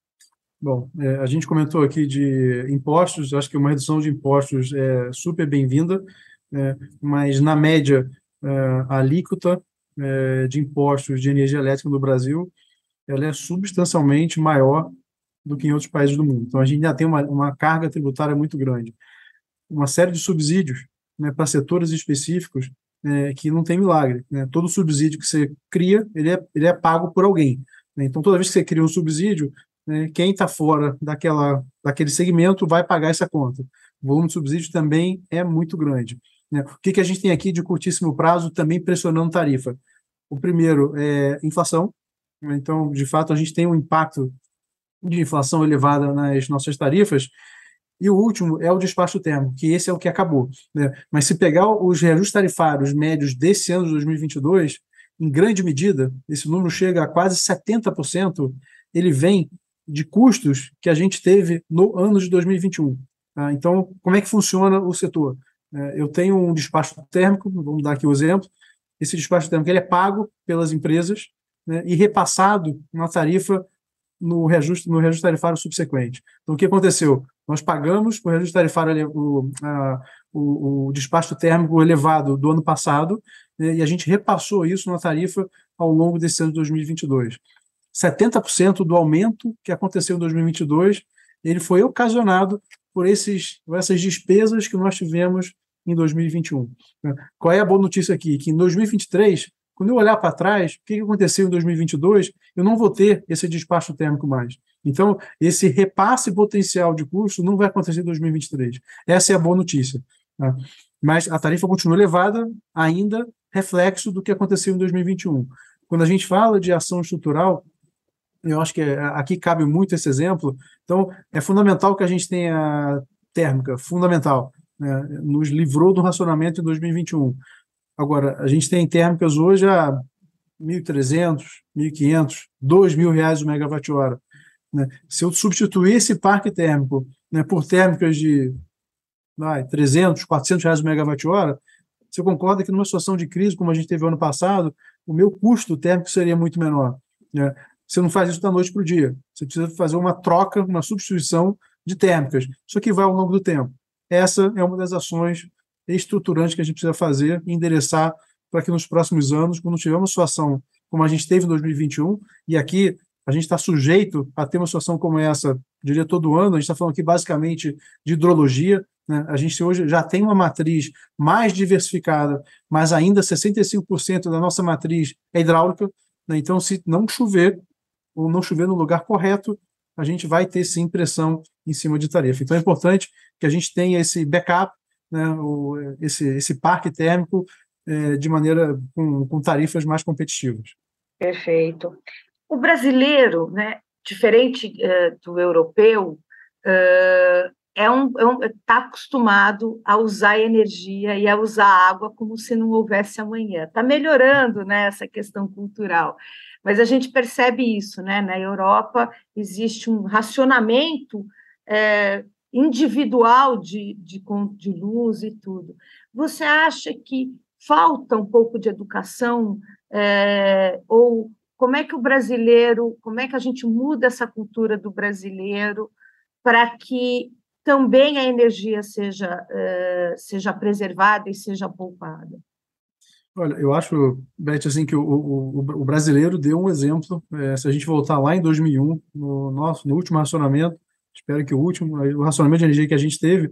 Bom, é, a gente comentou aqui de impostos, acho que uma redução de impostos é super bem-vinda, é, mas, na média, é, a alíquota é, de impostos de energia elétrica no Brasil ela é substancialmente maior do que em outros países do mundo. Então, a gente ainda tem uma, uma carga tributária muito grande. Uma série de subsídios, né, para setores específicos, É, que não tem milagre. Né? Todo subsídio que você cria, ele é, ele é pago por alguém. Né? Então, toda vez que você cria um subsídio, né, quem está fora daquela, daquele segmento vai pagar essa conta. O volume de subsídio também é muito grande. Né? O que, que a gente tem aqui de curtíssimo prazo também pressionando tarifa? O primeiro é inflação. Né? Então, de fato, a gente tem um impacto de inflação elevada nas nossas tarifas. E o último é o despacho térmico, que esse é o que acabou. Né? Mas se pegar os reajustes tarifários médios desse ano de dois mil e vinte e dois, em grande medida, esse número chega a quase setenta por cento, ele vem de custos que a gente teve no ano de dois mil e vinte e um. Tá? Então, como é que funciona o setor? É, eu tenho um despacho térmico, vamos dar aqui o exemplo, esse despacho térmico ele é pago pelas empresas, né, e repassado na tarifa no reajuste, no reajuste tarifário subsequente. Então, o que aconteceu? Nós pagamos o reajuste tarifário, o, a, o, o despacho térmico elevado do ano passado, né, e a gente repassou isso na tarifa ao longo desse ano de dois mil e vinte e dois. setenta por cento do aumento que aconteceu em dois mil e vinte e dois, ele foi ocasionado por, esses, por essas despesas que nós tivemos em dois mil e vinte e um. Qual é a boa notícia aqui? Que em dois mil e vinte e três, quando eu olhar para trás, o que que aconteceu em dois mil e vinte e dois, eu não vou ter esse despacho térmico mais. Então, esse repasse potencial de custo não vai acontecer em dois mil e vinte e três. Essa é a boa notícia. Tá? Mas a tarifa continua elevada, ainda reflexo do que aconteceu em dois mil e vinte e um. Quando a gente fala de ação estrutural, eu acho que aqui cabe muito esse exemplo. Então, é fundamental que a gente tenha térmica, fundamental. Né? Nos livrou do racionamento em dois mil e vinte e um. Agora, a gente tem térmicas hoje a mil e trezentos, mil e quinhentos, dois mil reais o megawatt-hora. Né? Se eu substituir esse parque térmico, né, por térmicas de vai, trezentos, quatrocentos reais o megawatt-hora, você concorda que numa situação de crise, como a gente teve ano passado, o meu custo térmico seria muito menor. Né? Você não faz isso da noite para o dia. Você precisa fazer uma troca, uma substituição de térmicas. Isso aqui vai ao longo do tempo. Essa é uma das ações estruturantes que a gente precisa fazer e endereçar para que nos próximos anos, quando tiver uma situação como a gente teve em dois mil e vinte e um, e aqui a gente está sujeito a ter uma situação como essa, diria, todo ano, a gente está falando aqui basicamente de hidrologia, né? A gente hoje já tem uma matriz mais diversificada, mas ainda sessenta e cinco por cento da nossa matriz é hidráulica, né? Então, se não chover, ou não chover no lugar correto, a gente vai ter, sim, pressão em cima de tarifa. Então, é importante que a gente tenha esse backup, né, o, esse, esse parque térmico é, de maneira com, com tarifas mais competitivas. Perfeito. O brasileiro, né, diferente uh, do europeu, uh, é um, é um, está acostumado a usar energia e a usar água como se não houvesse amanhã. Está melhorando, né, essa questão cultural, mas a gente percebe isso, né? Na Europa existe um racionamento é, individual de, de, de luz e tudo. Você acha que falta um pouco de educação é, ou como é que o brasileiro, como é que a gente muda essa cultura do brasileiro para que também a energia seja, uh, seja preservada e seja poupada? Olha, eu acho, Beth, assim, que o, o, o brasileiro deu um exemplo. É, se a gente voltar lá em dois mil e um, no, nosso, no último racionamento, espero que o último, o racionamento de energia que a gente teve,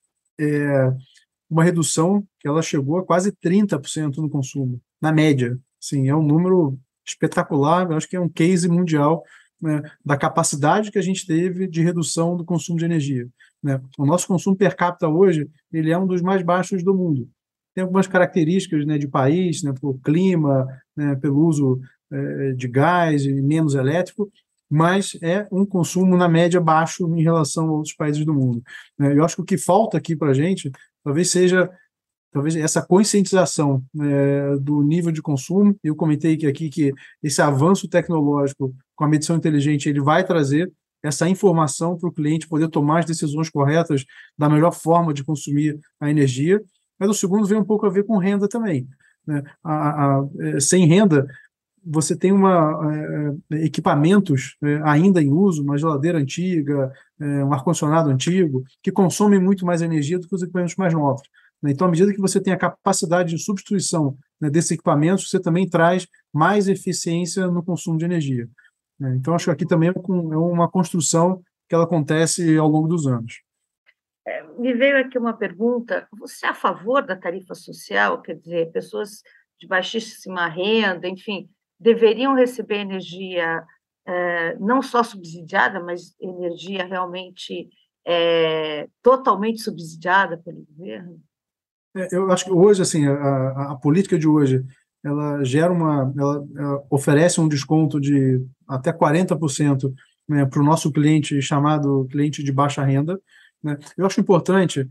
é uma redução que ela chegou a quase trinta por cento no consumo, na média. Sim, é um número espetacular, eu acho que é um case mundial, né, da capacidade que a gente teve de redução do consumo de energia. Né? O nosso consumo per capita hoje, ele é um dos mais baixos do mundo. Tem algumas características, né, de país, né, pelo clima, né, pelo uso é, de gás e menos elétrico, mas é um consumo, na média, baixo em relação a outros países do mundo. Né? Eu acho que o que falta aqui para a gente talvez seja talvez essa conscientização é, do nível de consumo. Eu comentei que aqui que esse avanço tecnológico com a medição inteligente ele vai trazer essa informação para o cliente poder tomar as decisões corretas da melhor forma de consumir a energia. Mas o segundo vem um pouco a ver com renda também. Né? A, a, a, sem renda, você tem uma, é, equipamentos é, ainda em uso, uma geladeira antiga, é, um ar-condicionado antigo, que consomem muito mais energia do que os equipamentos mais novos. Então, à medida que você tem a capacidade de substituição, né, desses equipamentos, você também traz mais eficiência no consumo de energia. Né? Então, acho que aqui também é uma construção que ela acontece ao longo dos anos. É, me veio aqui uma pergunta, você é a favor da tarifa social? Quer dizer, pessoas de baixíssima renda, enfim, deveriam receber energia é, não só subsidiada, mas energia realmente é, totalmente subsidiada pelo governo? Eu acho que hoje, assim, a, a política de hoje, ela gera uma, ela, ela oferece um desconto de até quarenta por cento, né, para o nosso cliente chamado cliente de baixa renda. Né? Eu acho importante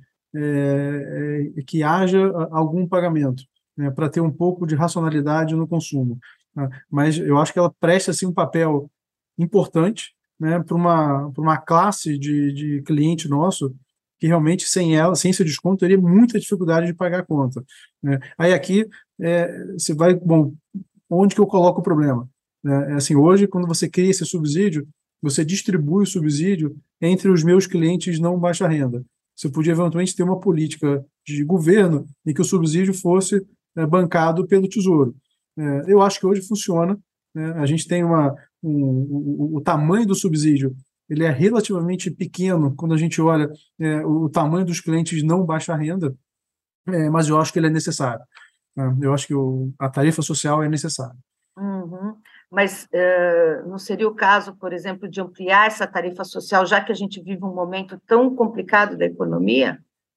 é, é, que haja algum pagamento, né, para ter um pouco de racionalidade no consumo. Né? Mas eu acho que ela presta assim, um papel importante, né, para uma, para uma classe de, de cliente nosso que realmente sem ela, sem esse desconto, teria muita dificuldade de pagar a conta. Né? Aí aqui, é, você vai, bom, onde que eu coloco o problema? É, assim, hoje, quando você cria esse subsídio, você distribui o subsídio entre os meus clientes não baixa renda. Você podia, eventualmente, ter uma política de governo em que o subsídio fosse é, bancado pelo Tesouro. É, eu acho que hoje funciona. Né? A gente tem uma, um, o, o tamanho do subsídio ele é relativamente pequeno quando a gente olha é, o tamanho dos clientes não baixa renda, é, mas eu acho que ele é necessário. né? Eu acho que o, a tarifa social é necessária. Uhum. Mas uh, não seria o caso, por exemplo, de ampliar essa tarifa social, já que a gente vive um momento tão complicado da economia?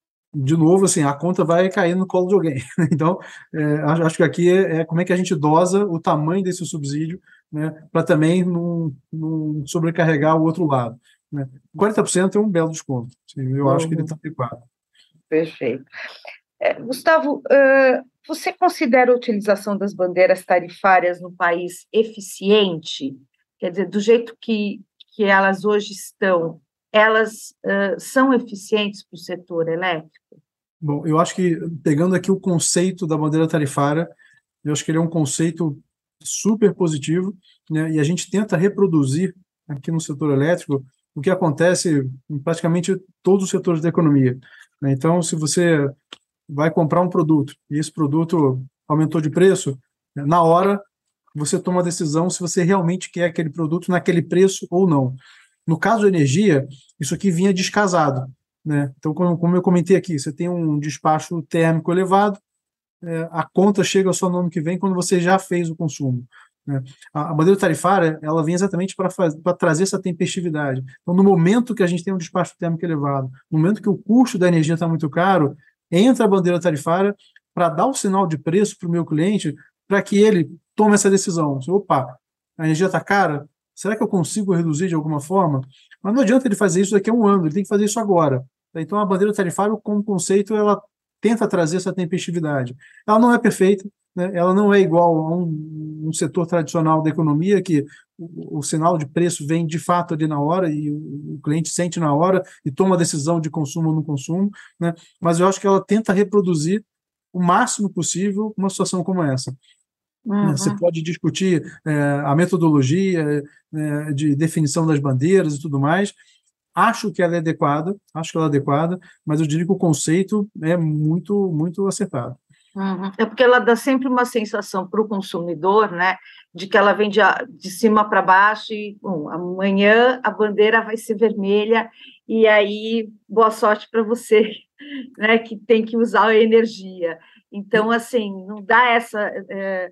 De novo, assim, a conta vai cair no colo de alguém. Então, é, acho que aqui é, é como é que a gente dosa o tamanho desse subsídio, né, para também não, não sobrecarregar o outro lado, né? quarenta por cento é um belo desconto. Assim, eu Uhum. acho que ele está adequado. Perfeito. É, Gustavo, uh, você considera a utilização das bandeiras tarifárias no país eficiente? Quer dizer, do jeito que, que elas hoje estão, elas uh, são eficientes para o setor elétrico? Bom, eu acho que, pegando aqui o conceito da bandeira tarifária, eu acho que ele é um conceito super positivo, né, e a gente tenta reproduzir aqui no setor elétrico o que acontece em praticamente todos os setores da economia, né? Então, se você vai comprar um produto e esse produto aumentou de preço, na hora você toma a decisão se você realmente quer aquele produto naquele preço ou não. No caso da energia, isso aqui vinha descasado, né? Então, como, como eu comentei aqui, você tem um despacho térmico elevado, é, a conta chega ao seu nome que vem quando você já fez o consumo, né? A, a bandeira tarifária, ela vem exatamente para trazer essa tempestividade. Então, no momento que a gente tem um despacho térmico elevado, no momento que o custo da energia está muito caro, entra a bandeira tarifária para dar o sinal de preço para o meu cliente, para que ele tome essa decisão. Opa, a energia está cara, será que eu consigo reduzir de alguma forma? Mas não adianta ele fazer isso daqui a um ano, ele tem que fazer isso agora. Então, a bandeira tarifária, como conceito, ela tenta trazer essa tempestividade. Ela não é perfeita, né? Ela não é igual a um, um setor tradicional da economia, que o, o sinal de preço vem de fato ali na hora e o, o cliente sente na hora e toma a decisão de consumo ou não consumo, né? Mas eu acho que ela tenta reproduzir o máximo possível uma situação como essa. Uhum. Você pode discutir é, a metodologia é, de definição das bandeiras e tudo mais. Acho que ela é adequada, acho que ela é adequada, mas eu diria que o conceito é muito, muito acertado. Uhum. É porque ela dá sempre uma sensação para o consumidor, né, de que ela vem de, de cima para baixo e bom, amanhã a bandeira vai ser vermelha e aí boa sorte para você, né, que tem que usar a energia. Então, assim, não dá essa... É,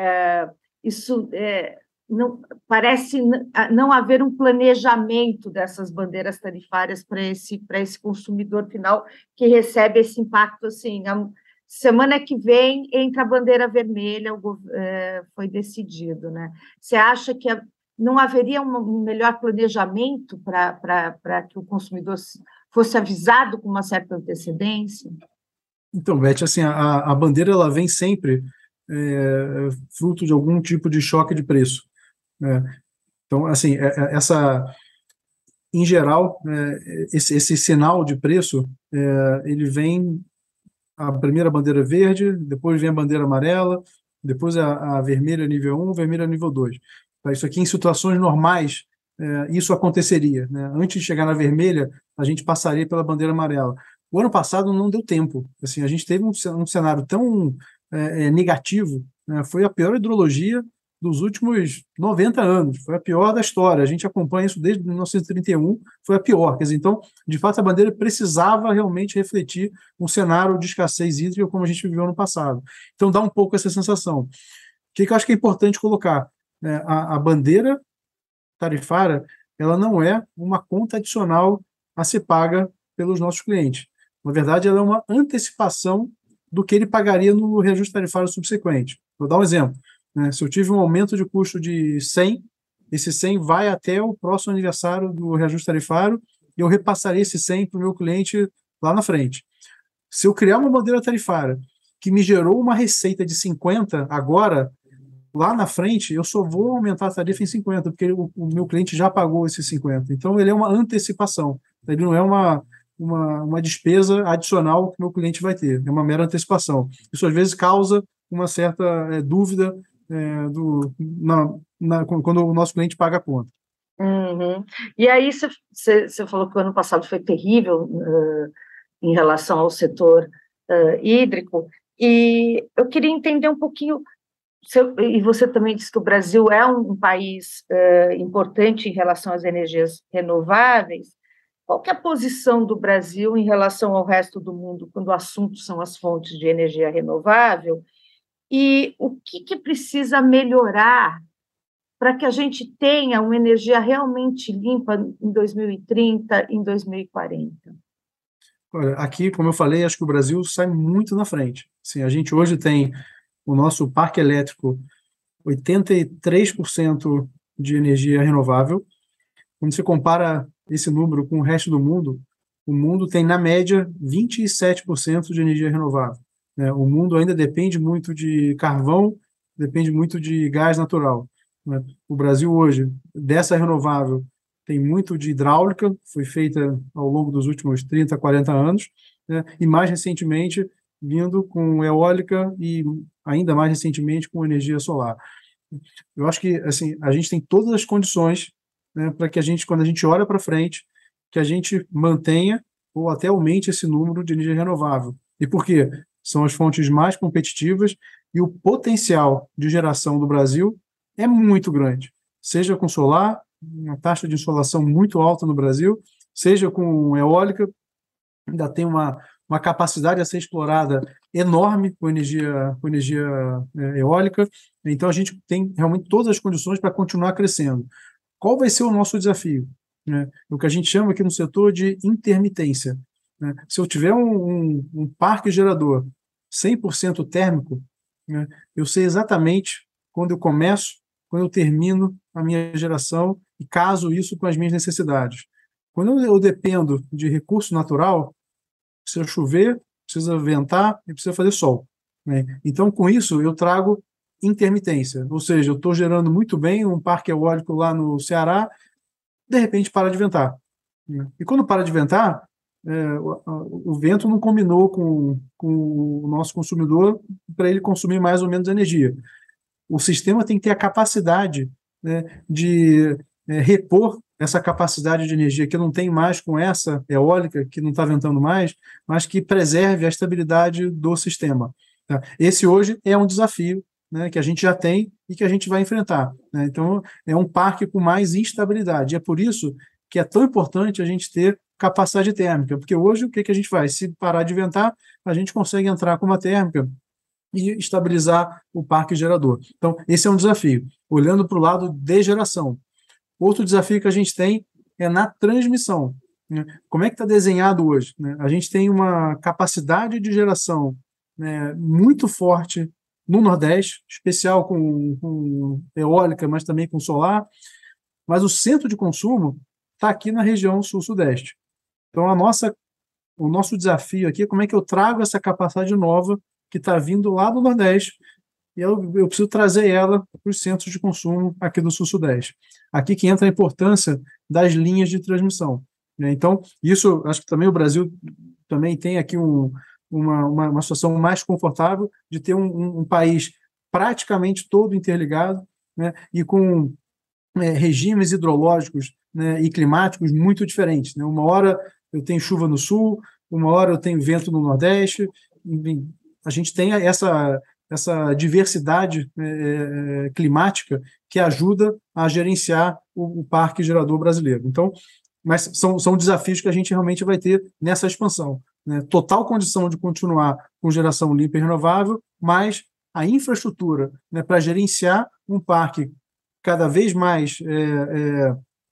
é, isso... É, não, parece não haver um planejamento dessas bandeiras tarifárias para esse, para esse consumidor final que recebe esse impacto, assim, a, semana que vem entra a bandeira vermelha, o, é, foi decidido, né? Você acha que a, não haveria um melhor planejamento para que o consumidor fosse avisado com uma certa antecedência? Então, Beth, assim, a, a bandeira ela vem sempre é, fruto de algum tipo de choque de preço. É, então, assim, é, é, essa, em geral, é, esse, esse sinal de preço, é, ele vem a primeira bandeira verde, depois vem a bandeira amarela, depois a, a vermelha nível um, vermelha nível dois. Então, isso aqui, em situações normais, é, isso aconteceria, né? Antes de chegar na vermelha, a gente passaria pela bandeira amarela. O ano passado não deu tempo. Assim, a gente teve um, um cenário tão é, negativo, né? Foi a pior hidrologia dos últimos noventa anos, foi a pior da história. A gente acompanha isso desde mil novecentos e trinta e um, foi a pior. Quer dizer, então, de fato, a bandeira precisava realmente refletir um cenário de escassez hídrica como a gente viveu no passado. Então, dá um pouco essa sensação. O que, que eu acho que é importante colocar? É, a, a bandeira tarifária, ela não é uma conta adicional a ser paga pelos nossos clientes. Na verdade, ela é uma antecipação do que ele pagaria no reajuste tarifário subsequente. Vou dar um exemplo. Se eu tive um aumento de custo de cem, esse cem vai até o próximo aniversário do reajuste tarifário e eu repassarei esse cem para o meu cliente lá na frente. Se eu criar uma bandeira tarifária que me gerou uma receita de cinquenta agora, lá na frente, eu só vou aumentar a tarifa em cinquenta, porque o, o meu cliente já pagou esses cinquenta. Então, ele é uma antecipação. Ele não é uma, uma, uma despesa adicional que o meu cliente vai ter. É uma mera antecipação. Isso, às vezes, causa uma certa é, dúvida É, do, na, na, quando o nosso cliente paga a conta. Uhum. E aí você falou que o ano passado foi terrível uh, em relação ao setor uh, hídrico, e eu queria entender um pouquinho, e você também disse que o Brasil é um, um país uh, importante em relação às energias renováveis. Qual que é a posição do Brasil em relação ao resto do mundo quando o assunto são as fontes de energia renovável? E o que, que precisa melhorar para que a gente tenha uma energia realmente limpa em dois mil e trinta, em dois mil e quarenta? Olha, aqui, como eu falei, acho que o Brasil sai muito na frente. Sim, a gente hoje tem o nosso parque elétrico oitenta e três por cento de energia renovável. Quando você compara esse número com o resto do mundo, o mundo tem, na média, vinte e sete por cento de energia renovável, né? O mundo ainda depende muito de carvão, depende muito de gás natural, né? O Brasil hoje, dessa renovável, tem muito de hidráulica, foi feita ao longo dos últimos trinta, quarenta anos, né? E mais recentemente vindo com eólica e ainda mais recentemente com energia solar. Eu acho que assim a gente tem todas as condições, né, para que a gente, quando a gente olha para frente, que a gente mantenha ou até aumente esse número de energia renovável. E por quê? São as fontes mais competitivas e o potencial de geração do Brasil é muito grande, seja com solar, uma taxa de insolação muito alta no Brasil, seja com eólica, ainda tem uma, uma capacidade a ser explorada enorme com energia, com energia é, eólica. Então, a gente tem realmente todas as condições para continuar crescendo. Qual vai ser o nosso desafio? Né? O que a gente chama aqui no setor de intermitência. Né? Se eu tiver um, um, um parque gerador cem por cento térmico, né, eu sei exatamente quando eu começo, quando eu termino a minha geração e caso isso com as minhas necessidades. Quando eu dependo de recurso natural, precisa chover, precisa ventar e precisa fazer sol, né? Então, com isso, eu trago intermitência, ou seja, eu estou gerando muito bem um parque eólico lá no Ceará, de repente para de ventar, né? E quando para de ventar, é, o, o vento não combinou com, com o nosso consumidor para ele consumir mais ou menos energia. O sistema tem que ter a capacidade, né, de é, repor essa capacidade de energia que não tem mais com essa eólica, que não está ventando mais, mas que preserve a estabilidade do sistema. Tá? Esse hoje é um desafio, né, que a gente já tem e que a gente vai enfrentar, né? Então, é um parque com mais instabilidade. E é por isso que é tão importante a gente ter capacidade térmica, porque hoje o que, que a gente faz? Se parar de ventar, a gente consegue entrar com uma térmica e estabilizar o parque gerador. Então, esse é um desafio. Olhando para o lado de geração. Outro desafio que a gente tem é na transmissão, né? Como é que está desenhado hoje, né? A gente tem uma capacidade de geração, né, muito forte no Nordeste, especial com, com eólica, mas também com solar, mas o centro de consumo está aqui na região sul-sudeste. Então, a nossa, o nosso desafio aqui é como é que eu trago essa capacidade nova que está vindo lá do Nordeste e eu, eu preciso trazer ela para os centros de consumo aqui do sul-sudeste. Aqui que entra a importância das linhas de transmissão, né? Então, isso, acho que também o Brasil também tem aqui um, uma, uma, uma situação mais confortável de ter um, um, um país praticamente todo interligado, né, e com é, regimes hidrológicos, né, e climáticos muito diferentes, né? Uma hora eu tenho chuva no sul, uma hora eu tenho vento no Nordeste, enfim, a gente tem essa, essa diversidade é, climática que ajuda a gerenciar o, o parque gerador brasileiro. Então, mas são, são desafios que a gente realmente vai ter nessa expansão, né? Total condição de continuar com geração limpa e renovável, mas a infraestrutura, né, para gerenciar um parque cada vez mais é, é,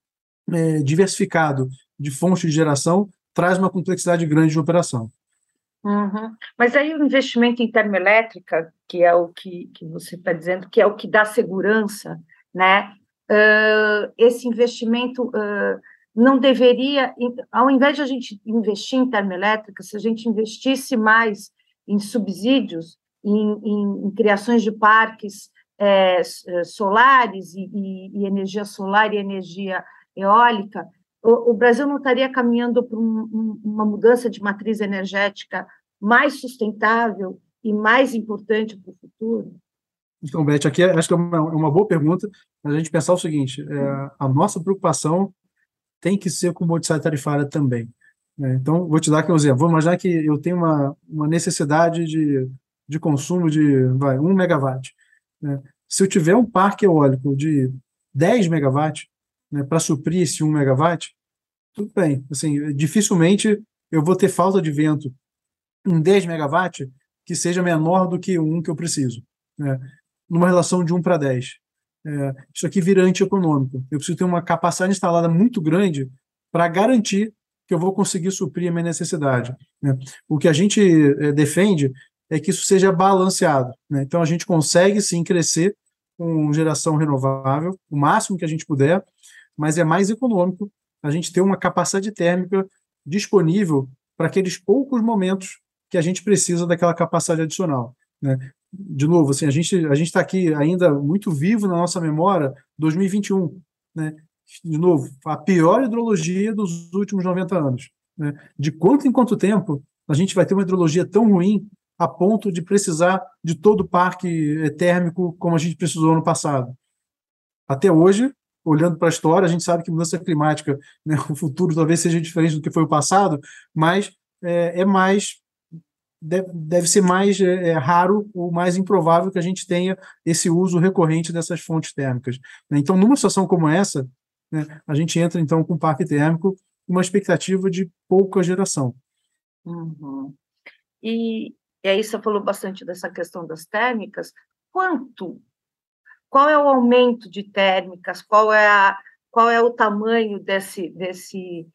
é, diversificado de fontes de geração traz uma complexidade grande de operação. Uhum. Mas aí o investimento em termoelétrica, que é o que, que você está dizendo, que é o que dá segurança, né? Uh, esse investimento uh, não deveria, ao invés de a gente investir em termoelétrica, se a gente investisse mais em subsídios, em, em, em criações de parques é, solares e, e, e energia solar e energia eólica, o, o Brasil não estaria caminhando para um, um, uma mudança de matriz energética mais sustentável e mais importante para o futuro? Então, Beth, aqui acho que é uma, uma boa pergunta, mas a gente pensar o seguinte, é, a nossa preocupação tem que ser com modicidade tarifária também, né? Então, vou te dar aqui um exemplo. Vamos imaginar que eu tenho uma, uma necessidade de, de consumo de vai, um megawatt, né? Se eu tiver um parque eólico de dez megawatts, né, para suprir esse um megawatt, tudo bem. Assim, dificilmente eu vou ter falta de vento em dez megawatts que seja menor do que um que eu preciso. né, numa relação de um para dez. É, isso aqui vira antieconômico. Eu preciso ter uma capacidade instalada muito grande para garantir que eu vou conseguir suprir a minha necessidade, né? O que a gente é, defende é que isso seja balanceado, né? Então, a gente consegue, sim, crescer com geração renovável, o máximo que a gente puder, mas é mais econômico a gente ter uma capacidade térmica disponível para aqueles poucos momentos que a gente precisa daquela capacidade adicional, né? De novo, assim, a gente a gente está aqui ainda muito vivo na nossa memória dois mil e vinte e um, né? De novo, a pior hidrologia dos últimos noventa anos, né? De quanto em quanto tempo a gente vai ter uma hidrologia tão ruim a ponto de precisar de todo o parque térmico como a gente precisou no passado? Até hoje, olhando para a história, a gente sabe que mudança climática, né, o futuro talvez seja diferente do que foi o passado, mas é, é mais deve, deve ser mais é, raro ou mais improvável que a gente tenha esse uso recorrente dessas fontes térmicas. Então, numa situação como essa, né, a gente entra, então, com o parque térmico com uma expectativa de pouca geração. Uhum. E, e aí você falou bastante dessa questão das térmicas. Quanto? Qual é o aumento de térmicas? Qual é, a, qual é o tamanho desse, desse,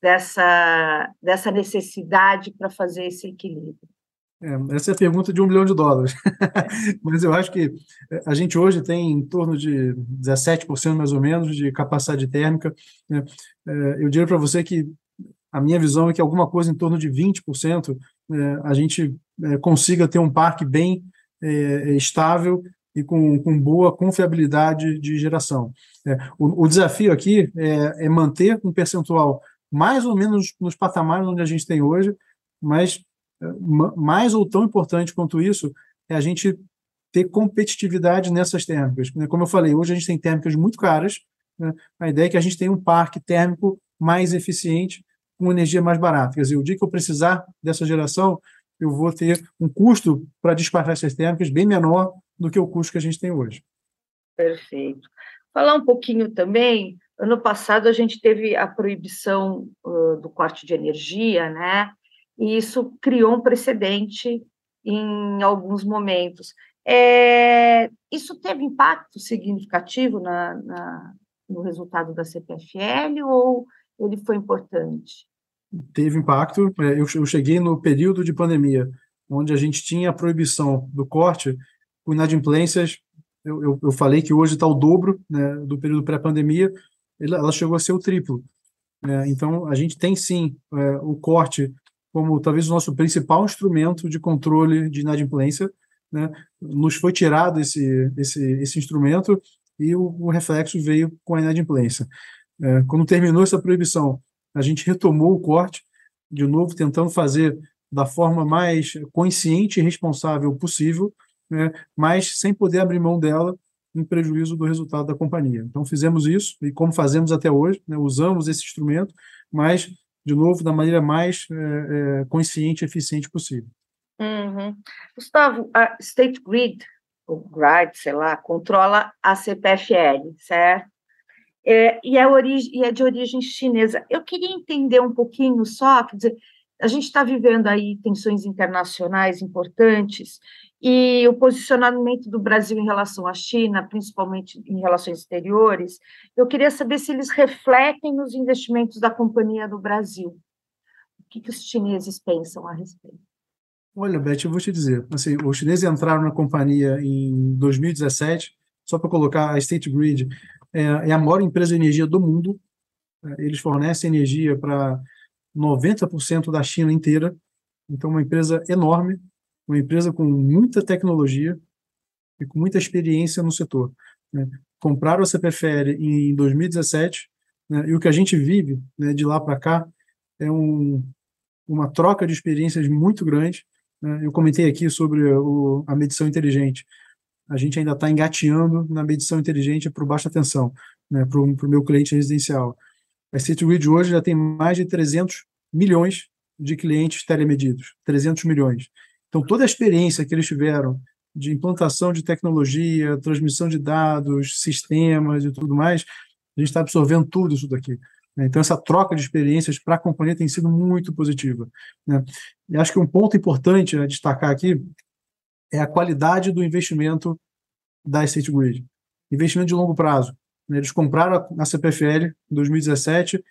dessa, dessa necessidade para fazer esse equilíbrio? É, essa é a pergunta de um milhão de dólares. Mas eu acho que a gente hoje tem em torno de dezessete por cento mais ou menos de capacidade térmica, né? Eu diria para você que a minha visão é que alguma coisa em torno de vinte por cento é, a gente é, consiga ter um parque bem é, estável e com, com boa confiabilidade de geração. É, o, o desafio aqui é, é manter um percentual mais ou menos nos patamares onde a gente tem hoje, mas mais ou tão importante quanto isso é a gente ter competitividade nessas térmicas. Como eu falei, hoje a gente tem térmicas muito caras, né? A ideia é que a gente tenha um parque térmico mais eficiente, com energia mais barata. Quer dizer, o dia que eu precisar dessa geração, eu vou ter um custo para despachar essas térmicas bem menor do que o custo que a gente tem hoje. Perfeito. Falar um pouquinho também, ano passado a gente teve a proibição uh, do corte de energia, né? E isso criou um precedente em alguns momentos. É, isso teve impacto significativo na, na, no resultado da C P F L ou ele foi importante? Teve impacto. Eu cheguei no período de pandemia, onde a gente tinha a proibição do corte, com inadimplências. Eu, eu, eu falei que hoje está o dobro, né, do período pré-pandemia, ela chegou a ser o triplo. É, então, a gente tem sim é, o corte como talvez o nosso principal instrumento de controle de inadimplência, né? Nos foi tirado esse, esse, esse instrumento e o, o reflexo veio com a inadimplência. É, quando terminou essa proibição, a gente retomou o corte, de novo, tentando fazer da forma mais consciente e responsável possível, né? Mas sem poder abrir mão dela em prejuízo do resultado da companhia. Então, fizemos isso, e como fazemos até hoje, né? Usamos esse instrumento, mas de novo, da maneira mais é, é, consciente e eficiente possível. Uhum. Gustavo, a State Grid, ou Grid, sei lá, controla a C P F L, certo? É, e, é origem, e é de origem chinesa. Eu queria entender um pouquinho só, quer dizer, a gente está vivendo aí tensões internacionais importantes e o posicionamento do Brasil em relação à China, principalmente em relações exteriores, eu queria saber se eles refletem nos investimentos da companhia no Brasil. O que, que os chineses pensam a respeito? Olha, Beth, eu vou te dizer, assim, os chineses entraram na companhia em dois mil e dezessete, só para colocar, a State Grid é, é a maior empresa de energia do mundo, eles fornecem energia para noventa por cento da China inteira, então uma empresa enorme, uma empresa com muita tecnologia e com muita experiência no setor, né? Compraram a C P F L em dois mil e dezessete, né? E o que a gente vive, né, de lá para cá é um, uma troca de experiências muito grande, né? Eu comentei aqui sobre o, a medição inteligente. A gente ainda está engateando na medição inteligente para baixa tensão, né, para o meu cliente residencial. A State Grid hoje já tem mais de trezentos milhões de clientes telemedidos, trezentos milhões. Então, toda a experiência que eles tiveram de implantação de tecnologia, transmissão de dados, sistemas e tudo mais, a gente está absorvendo tudo isso daqui. Então, essa troca de experiências para a companhia tem sido muito positiva, né? E acho que um ponto importante a destacar aqui é a qualidade do investimento da State Grid. Investimento de longo prazo. Eles compraram a C P F L em dois mil e dezessete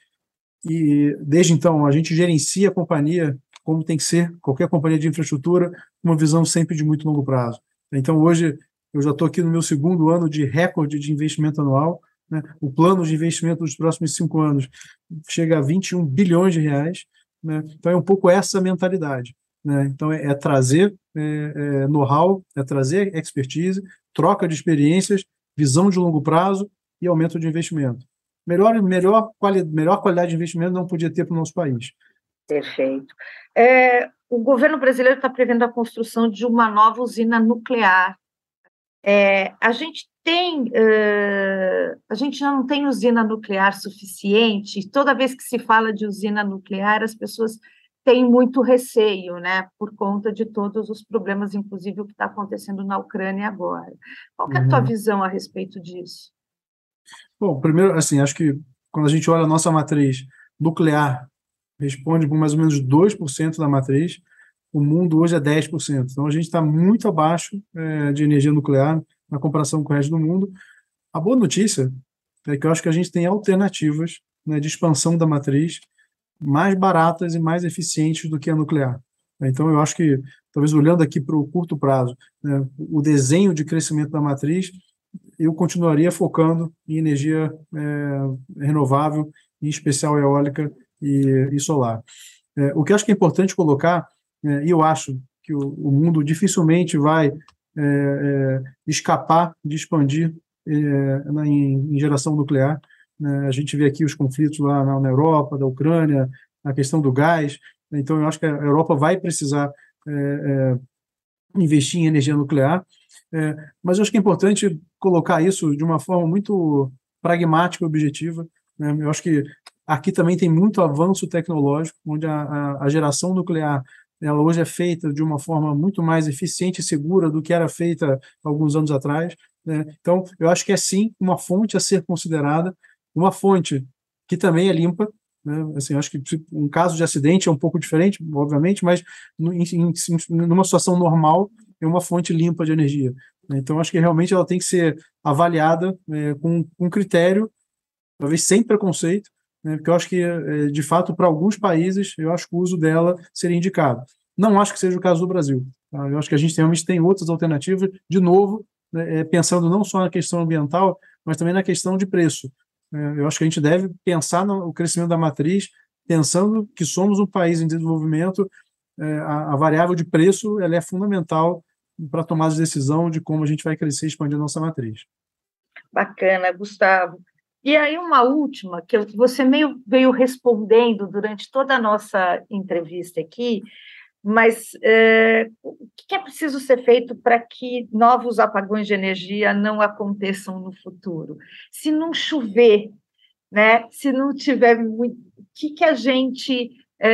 e, desde então, a gente gerencia a companhia como tem que ser, qualquer companhia de infraestrutura, uma visão sempre de muito longo prazo. Então, hoje, eu já estou aqui no meu segundo ano de recorde de investimento anual, né? O plano de investimento dos próximos cinco anos chega a vinte e um bilhões de reais, né? Então, é um pouco essa mentalidade, né? Então, é, é trazer é, é, know-how, é trazer expertise, troca de experiências, visão de longo prazo e aumento de investimento. Melhor, melhor, quali, melhor qualidade de investimento não podia ter para o nosso país. Perfeito. É, o governo brasileiro está prevendo a construção de uma nova usina nuclear. É, a gente tem, uh, a gente já não tem usina nuclear suficiente. Toda vez que se fala de usina nuclear, as pessoas têm muito receio, né, por conta de todos os problemas, inclusive o que está acontecendo na Ucrânia agora. Qual que é a tua Uhum. visão a respeito disso? Bom, primeiro, assim, acho que quando a gente olha a nossa matriz nuclear, responde por mais ou menos dois por cento da matriz, o mundo hoje é dez por cento. Então, a gente está muito abaixo é, de energia nuclear na comparação com o resto do mundo. A boa notícia é que eu acho que a gente tem alternativas, né, de expansão da matriz mais baratas e mais eficientes do que a nuclear. Então, eu acho que, talvez olhando aqui para o curto prazo, né, o desenho de crescimento da matriz, eu continuaria focando em energia é, renovável, em especial eólica e, e solar. É, o que eu acho que é importante colocar, é, e eu acho que o, o mundo dificilmente vai é, é, escapar de expandir é, na, em, em geração nuclear, né? A gente vê aqui os conflitos lá na, na Europa, da Ucrânia, a questão do gás. Então, eu acho que a Europa vai precisar é, é, investir em energia nuclear, é, mas eu acho que é importante colocar isso de uma forma muito pragmática e objetiva, né? Eu acho que aqui também tem muito avanço tecnológico, onde a, a, a geração nuclear ela hoje é feita de uma forma muito mais eficiente e segura do que era feita alguns anos atrás, né? Então, eu acho que é sim uma fonte a ser considerada, uma fonte que também é limpa, né? Assim, eu acho que um caso de acidente é um pouco diferente, obviamente, mas em, em, numa situação normal é uma fonte limpa de energia. Então, acho que realmente ela tem que ser avaliada é, com, com critério, talvez sem preconceito, né, porque eu acho que, é, de fato, para alguns países, eu acho que o uso dela seria indicado. Não acho que seja o caso do Brasil. Tá? Eu acho que a gente realmente tem outras alternativas, de novo, né, é, pensando não só na questão ambiental, mas também na questão de preço. É, eu acho que a gente deve pensar no crescimento da matriz, pensando que somos um país em desenvolvimento, é, a, a variável de preço ela é fundamental para tomar a decisão de como a gente vai crescer e expandir a nossa matriz. Bacana, Gustavo. E aí uma última, que você meio veio respondendo durante toda a nossa entrevista aqui, mas é, o que é preciso ser feito para que novos apagões de energia não aconteçam no futuro? Se não chover, né, se não tiver muito, o que, que a gente...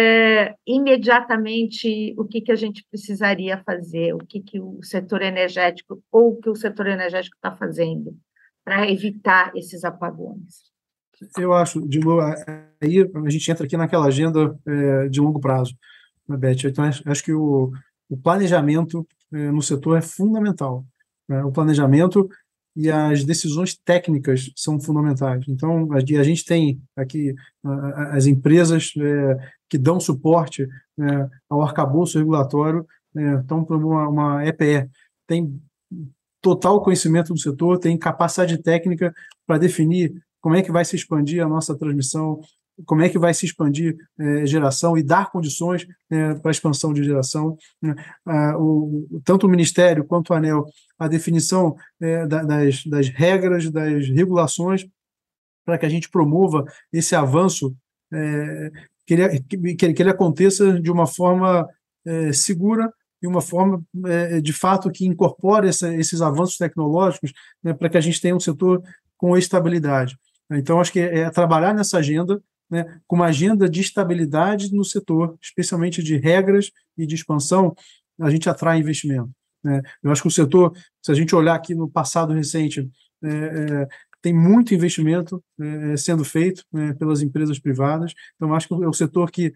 É, imediatamente, o que, que a gente precisaria fazer, o que, que o setor energético ou o que o setor energético está fazendo para evitar esses apagões? Eu acho, de novo, aí a gente entra aqui naquela agenda é, de longo prazo, né, Beth? Então, acho que o, o planejamento é, no setor é fundamental, né? O planejamento e as decisões técnicas são fundamentais. Então, a, a gente tem aqui a, as empresas é, que dão suporte, né, ao arcabouço regulatório, né, então, uma, uma E P E tem total conhecimento do setor, tem capacidade técnica para definir como é que vai se expandir a nossa transmissão, como é que vai se expandir é, geração e dar condições é, para a expansão de geração. Né? Ah, o, tanto o Ministério quanto o ANEEL, a definição é, da, das, das regras, das regulações, para que a gente promova esse avanço, é, que, ele, que, que ele aconteça de uma forma é, segura e uma forma, é, de fato, que incorpore essa, esses avanços tecnológicos, né, para que a gente tenha um setor com estabilidade. Então, acho que é, é trabalhar nessa agenda, né, com uma agenda de estabilidade no setor, especialmente de regras e de expansão, a gente atrai investimento, né? Eu acho que o setor, se a gente olhar aqui no passado recente, é, é, tem muito investimento é, sendo feito, né, pelas empresas privadas. Então, acho que é o setor que,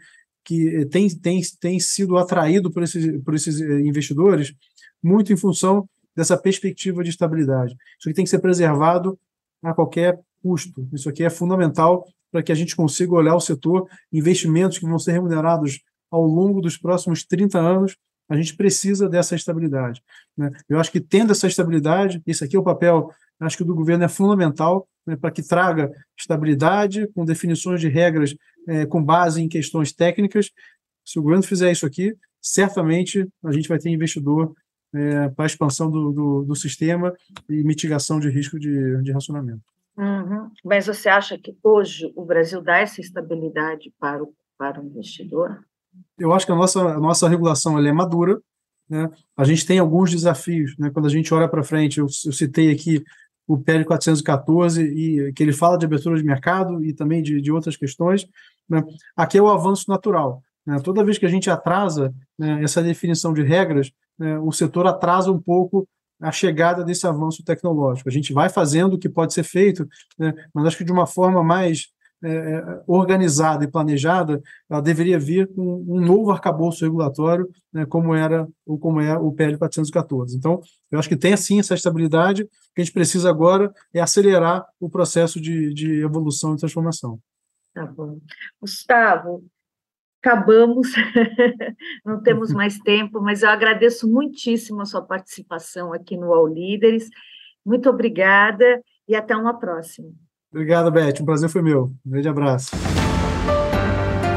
que tem, tem, tem sido atraído por esses, por esses investidores muito em função dessa perspectiva de estabilidade. Isso aqui tem que ser preservado a qualquer custo. Isso aqui é fundamental para que a gente consiga olhar o setor, investimentos que vão ser remunerados ao longo dos próximos trinta anos, a gente precisa dessa estabilidade, né? Eu acho que tendo essa estabilidade, esse aqui é o papel, acho que do governo é fundamental, né, para que traga estabilidade, com definições de regras é, com base em questões técnicas. Se o governo fizer isso aqui, certamente a gente vai ter investidor é, para a expansão do, do, do sistema e mitigação de risco de, de racionamento. Uhum. Mas você acha que hoje o Brasil dá essa estabilidade para o, para o investidor? Eu acho que a nossa, a nossa regulação ela é madura, né? A gente tem alguns desafios, né? Quando a gente olha para frente, eu, eu citei aqui o P L quatrocentos e quatorze, e, que ele fala de abertura de mercado e também de, de outras questões, né? Aqui é o avanço natural, né? Toda vez que a gente atrasa, né, essa definição de regras, né, o setor atrasa um pouco a chegada desse avanço tecnológico. A gente vai fazendo o que pode ser feito, né, mas acho que de uma forma mais é, organizada e planejada, ela deveria vir com um novo arcabouço regulatório, né, como era ou como é o P L quatrocentos e quatorze. Então, eu acho que tem sim essa estabilidade. O que a gente precisa agora é acelerar o processo de, de evolução e transformação. Tá bom. Gustavo, acabamos, não temos mais tempo, mas eu agradeço muitíssimo a sua participação aqui no All Líderes. Muito obrigada e até uma próxima. Obrigado, Beth. Um prazer foi meu. Um grande abraço.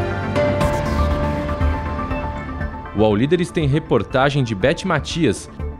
O All Líderes tem reportagem de Beth Matias,